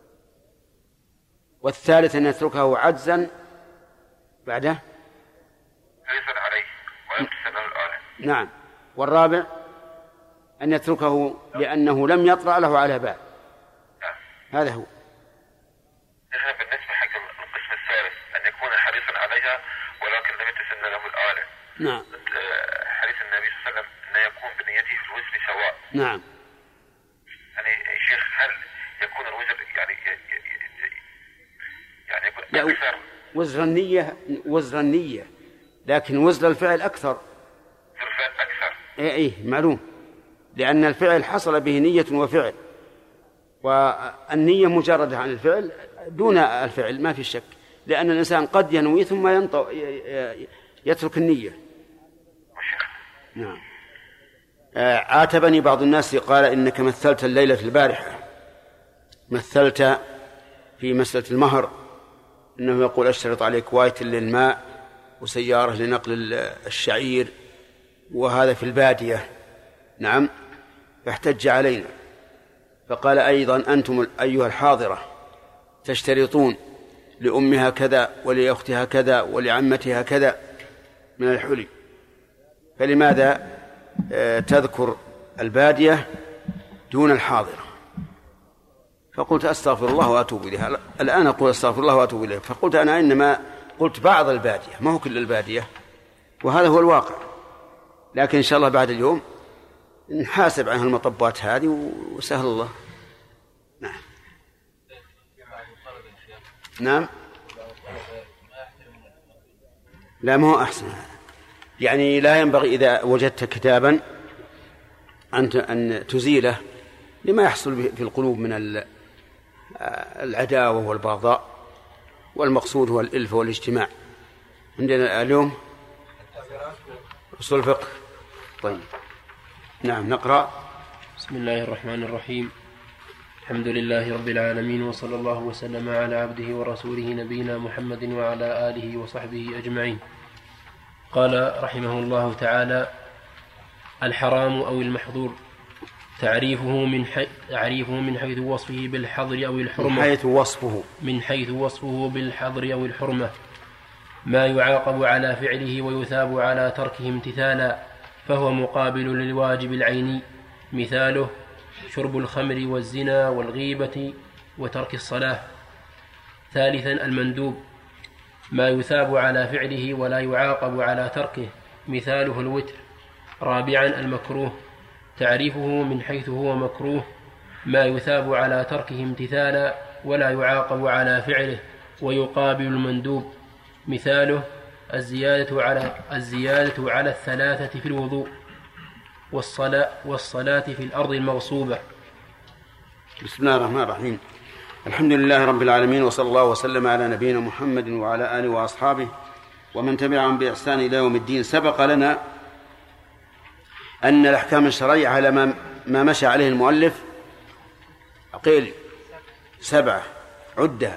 والثالث أن يتركه عجزا بعده يسر عليه ويمتثل الآلة. نعم. والرابع أن يتركه لأنه لم يطرأ له على بال. نعم. هذا هو. نحن بالنسبة حق القسم الثالث أن يكون حريصا عليها ولكن لم يتسن له الآلة. نعم. حديث النبي صلى الله عليه وسلم أن يكون بنيته في الوزر سواء. نعم. يعني شيخ هل يكون الوزر يعني يعني يكون لا أكثر؟ وزر النية وزر النية، لكن وزر الفعل أكثر. وزر الفعل أكثر. إيه إيه معلوم، لأن الفعل حصل به نية وفعل، والنية مجردة عن الفعل دون الفعل ما في شك، لأن الإنسان قد ينوي ثم ينطق يترك النية. نعم. عاتبني بعض الناس قال إنك مثلت الليلة البارحة، مثلت في مسألة المهر، إنه يقول أشترط عليك واية للماء وسيارة لنقل الشعير، وهذا في البادية. نعم. فاحتج علينا فقال أيضا أنتم أيها الحاضرة تشترطون لأمها كذا ولأختها كذا ولعمتها كذا من الحلي، فلماذا تذكر البادية دون الحاضرة؟ فقلت أستغفر الله وأتوب إليه. الآن أقول أستغفر الله وأتوب إليه. فقلت أنا إنما قلت بعض البادية ما هو كل البادية، وهذا هو الواقع. لكن إن شاء الله بعد اليوم نحاسب عن المطبات هذه وسهل الله. نعم. نعم. لا ما هو أحسن، يعني لا ينبغي إذا وجدت كتابا أن أن تزيله لما يحصل في القلوب من العداوة والبغضاء، والمقصود هو الإلف والاجتماع. عندنا اليوم أصول الفقه. طيب نعم نقرأ. بسم الله الرحمن الرحيم. الحمد لله رب العالمين، وصلى الله وسلم على عبده ورسوله نبينا محمد وعلى آله وصحبه أجمعين. قال رحمه الله تعالى: الحرام أو المحظور تعريفه من حي... تعريفه من حيث وصفه بالحظر أو الحرمة. من حيث وصفه من حيث وصفه بالحظر أو الحرمة ما يعاقب على فعله ويثاب على تركه امتثالا، فهو مقابل للواجب العيني. مثاله شرب الخمر والزنا والغيبة وترك الصلاة. ثالثا المندوب ما يثاب على فعله ولا يعاقب على تركه، مثاله الوتر. رابعا المكروه تعريفه من حيث هو مكروه ما يثاب على تركه امتثالا ولا يعاقب على فعله ويقابل المندوب، مثاله الزيادة على, الزيادة على الثلاثة في الوضوء والصلاة, والصلاة في الأرض المغصوبة. بسم الله الرحمن الرحيم. الحمد لله رب العالمين، وصلى الله وسلم على نبينا محمد وعلى آله وأصحابه ومن تبعهم بإحسان إلى يوم الدين. سبق لنا أن الأحكام الشرعية على ما مشى عليه المؤلف قيل سبعة عدة.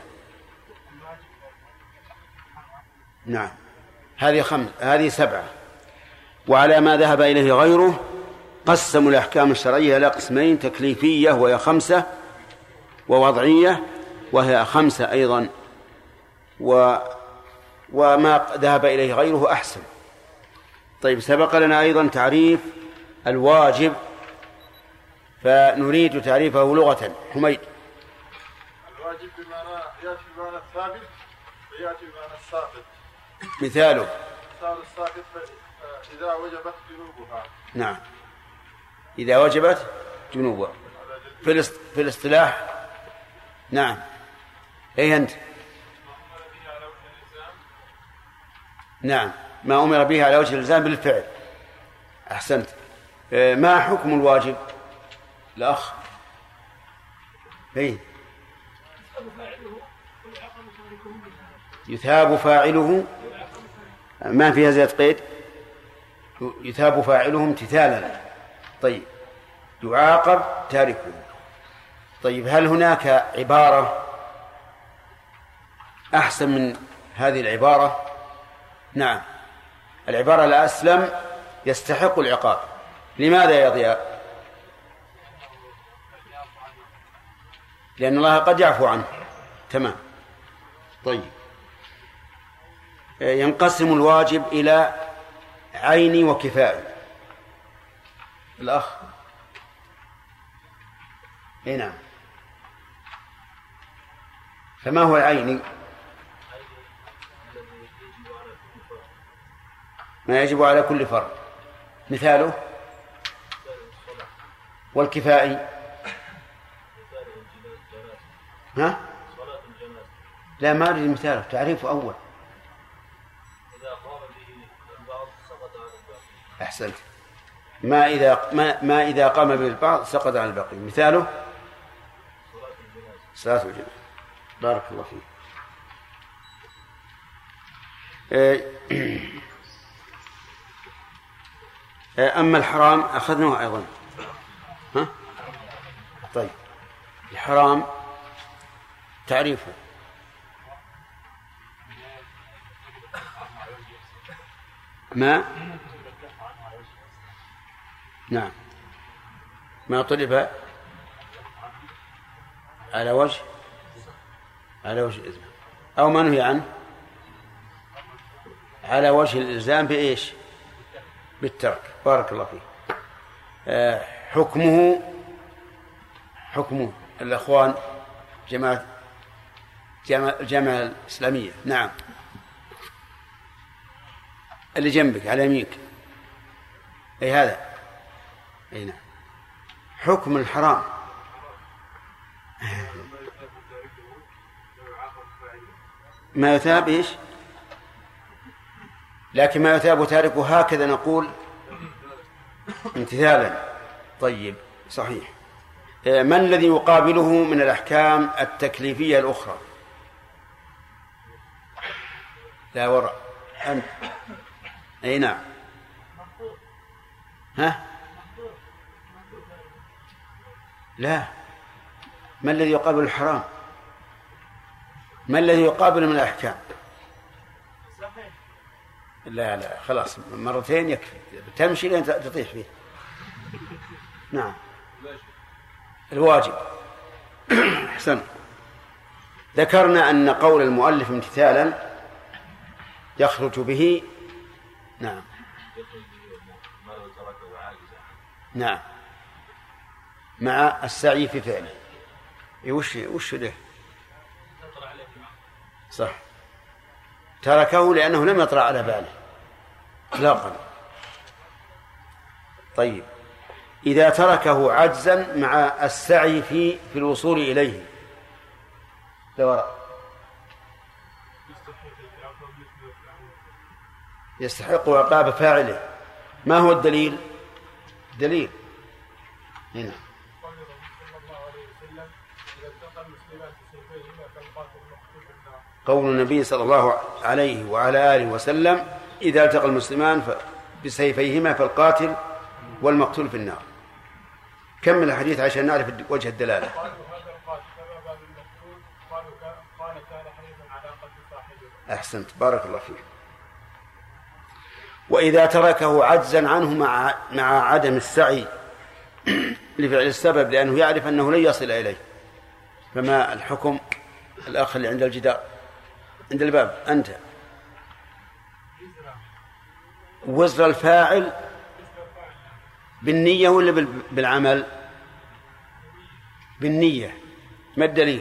نعم هذه خمس هذه سبعة. وعلى ما ذهب إليه غيره قسموا الأحكام الشرعية إلى قسمين: تكليفية وهي خمسة، ووضعية وهي خمسة أيضا. و وما ذهب إليه غيره أحسن. طيب سبق لنا أيضا تعريف الواجب، فنريد تعريفه لغة. حميد. الواجب بمعنى يأتي بمعنى الثابت ويأتي بمعنى الساقط. مثاله مثال الساقط إذا وجبت جنوبها. نعم إذا وجبت جنوبها. في الاصطلاح نعم. أي أنت؟ نعم، ما أمر به على وجه الإلزام بالفعل. أحسنت. ما حكم الواجب؟ الأخ أي يثاب فاعله، ما فيها زيادة قيد، يثاب فاعله امتثالا. طيب، يعاقب تاركه. طيب، هل هناك عبارة أحسن من هذه العبارة؟ نعم، العبارة الأسلم يستحق العقاب. لماذا يا ضياء؟ لأن الله قد يعفو عنه. تمام. طيب، ينقسم الواجب إلى عيني وكفائي. الأخ اي نعم. فما هو العيني؟ ما يجب على كل فرد. مثاله؟ والكفائي؟ ها؟ لا، ما أريد مثاله، تعريفه أول. أحسنت. ما إذا ما, ما إذا قام به البعض سقط عن الباقي. مثاله؟ صلاة الجنازة. بارك الله فيك. أما الحرام أخذناه أيضا. ها؟ طيب، الحرام تعريفه؟ ما نعم ما طلب على وجه على وجه الإلزام، أو ما نهي عنه على وجه الإلزام بإيش؟ بالترك. بارك الله فيك. آه حكمه حكمه الأخوان جماعة الجامعة الإسلامية. نعم، اللي جنبك على يمينك. أي هذا. أي نعم. حكم الحرام ما يثاب إيش؟ لكن ما يثاب تاركه هكذا نقول امتثالا. طيب، صحيح. ما الذي يقابله من الأحكام التكليفية الأخرى؟ لا وراء أنت. أي نعم. ها؟ لا، ما الذي يقابل الحرام؟ ما الذي يقابل من الأحكام؟ لا لا، خلاص مرتين يكفي، تمشي لين تطيح فيه. نعم، الواجب. حسن. ذكرنا أن قول المؤلف امتثالا يخرج به. نعم نعم مع السعي في فعله. وش وش له؟ صح، تركه لأنه لم يطرأ على باله إطلاقا. طيب، إذا تركه عجزا مع السعي في في الوصول إليه لوراء يستحق عقاب فاعله. ما هو الدليل؟ دليل هنا قول النبي صلى الله عليه وعلى آله وسلم: إذا التقى المسلمان بسيفيهما فالقاتل والمقتول في النار. كمل الحديث عشان نعرف وجه الدلالة. أحسنت، بارك الله فيك. وإذا تركه عجزا عنه مع مع عدم السعي لفعل السبب لأنه يعرف أنه لن يصل إليه، فما الحكم؟ الأخ اللي عند الجدار عند الباب، أنت. وزر الفاعل بالنية ولا بالعمل؟ بالنية. ما الدليل؟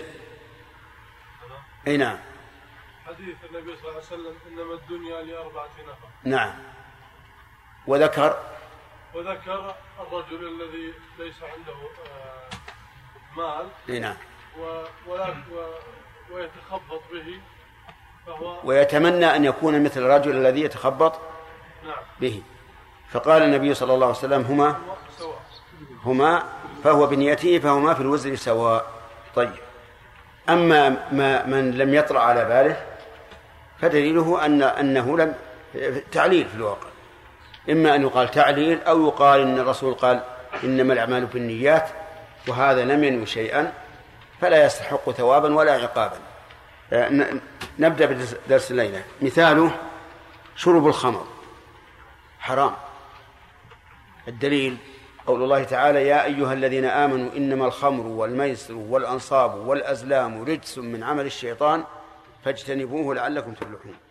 أي نعم، حديث النبي صلى الله عليه وسلم: إنما الدنيا لأربعة نفر. نعم. وذكر وذكر الرجل الذي ليس عنده مال. أي نعم. ولا ويتخبط به فهو ويتمنى أن يكون مثل الرجل الذي يتخبط به. فقال النبي صلى الله عليه وسلم هما هما فهو بنيته فهما في الوزر سواء. طيب، أما ما من لم يطرأ على باله فدليله أن أنه لم تعليل في الواقع، إما أن يقال تعليل أو يقال إن الرسول قال إنما الأعمال بالنيات وهذا لم ينوي شيئا فلا يستحق ثوابا ولا عقابا. نبدأ بدرس الليلة. مثاله شرب الخمر حرام. الدليل قول الله تعالى يا أيها الذين آمنوا إنما الخمر والميسر والأنصاب والأزلام رجس من عمل الشيطان فاجتنبوه لعلكم تفلحون.